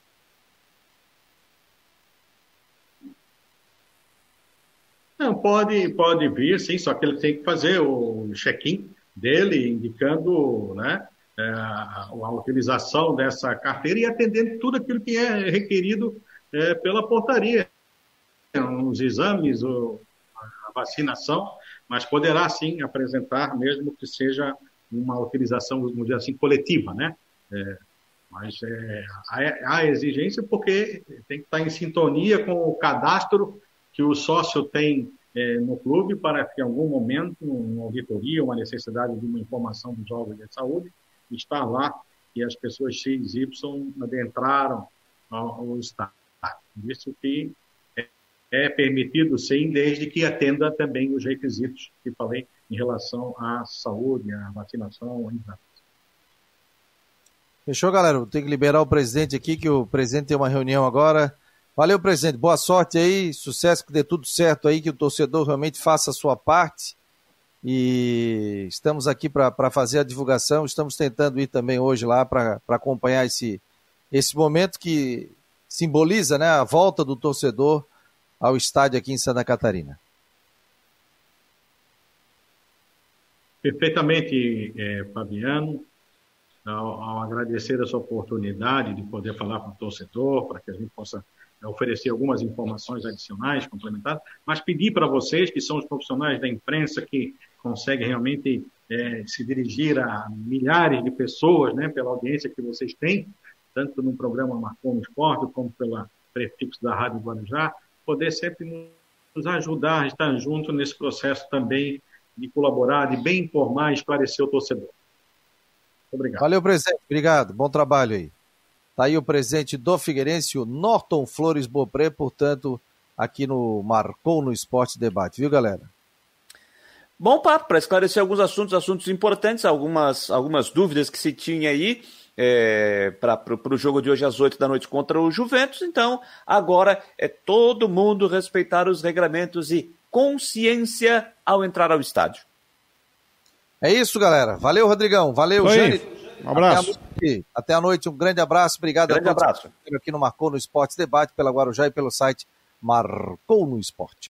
Não, pode vir, sim, só que ele tem que fazer o check-in dele, indicando, né, a utilização dessa carteira e atendendo tudo aquilo que é requerido pela portaria. Os exames, a vacinação, mas poderá sim apresentar, mesmo que seja uma utilização, vamos dizer assim, coletiva, né? Mas há exigência porque tem que estar em sintonia com o cadastro que o sócio tem no clube, para que em algum momento, uma auditoria, uma necessidade de uma informação dos órgãos de saúde, está lá e as pessoas X e Y adentraram ao estado. Isso que é permitido, sim, desde que atenda também os requisitos que falei em relação à saúde, à vacinação. Fechou, galera? Tem que liberar o presidente aqui, que o presidente tem uma reunião agora. Valeu, presidente. Boa sorte aí, sucesso, que dê tudo certo aí, que o torcedor realmente faça a sua parte. E estamos aqui para fazer a divulgação. Estamos tentando ir também hoje lá para acompanhar esse momento que simboliza, né, a volta do torcedor ao estádio aqui em Santa Catarina. Perfeitamente, Fabiano. Ao agradecer essa oportunidade de poder falar com o torcedor, para que a gente possa oferecer algumas informações adicionais, complementares, mas pedir para vocês, que são os profissionais da imprensa, que conseguem realmente se dirigir a milhares de pessoas, né, pela audiência que vocês têm, tanto no programa Marcou no Esporte, como pela prefixo da Rádio Guarujá, poder sempre nos ajudar a estar junto nesse processo também de colaborar, de bem informar e esclarecer o torcedor. Obrigado. Valeu, presidente. Obrigado. Bom trabalho aí. Tá aí o presidente do Figueirense, o Norton Flores Beaupré, portanto, aqui no Marcou no Esporte Debate. Viu, galera? Bom papo, para esclarecer alguns assuntos importantes, algumas dúvidas que se tinha aí para o jogo de hoje às 8 da noite contra o Juventus. Então, agora é todo mundo respeitar os regramentos e consciência ao entrar ao estádio. É isso, galera. Valeu, Rodrigão. Valeu, Jânio. Um abraço. Até a noite. Um grande abraço. Obrigado a todos aqui no Marcou no Esporte Debate, pela Guarujá e pelo site Marcou no Esporte.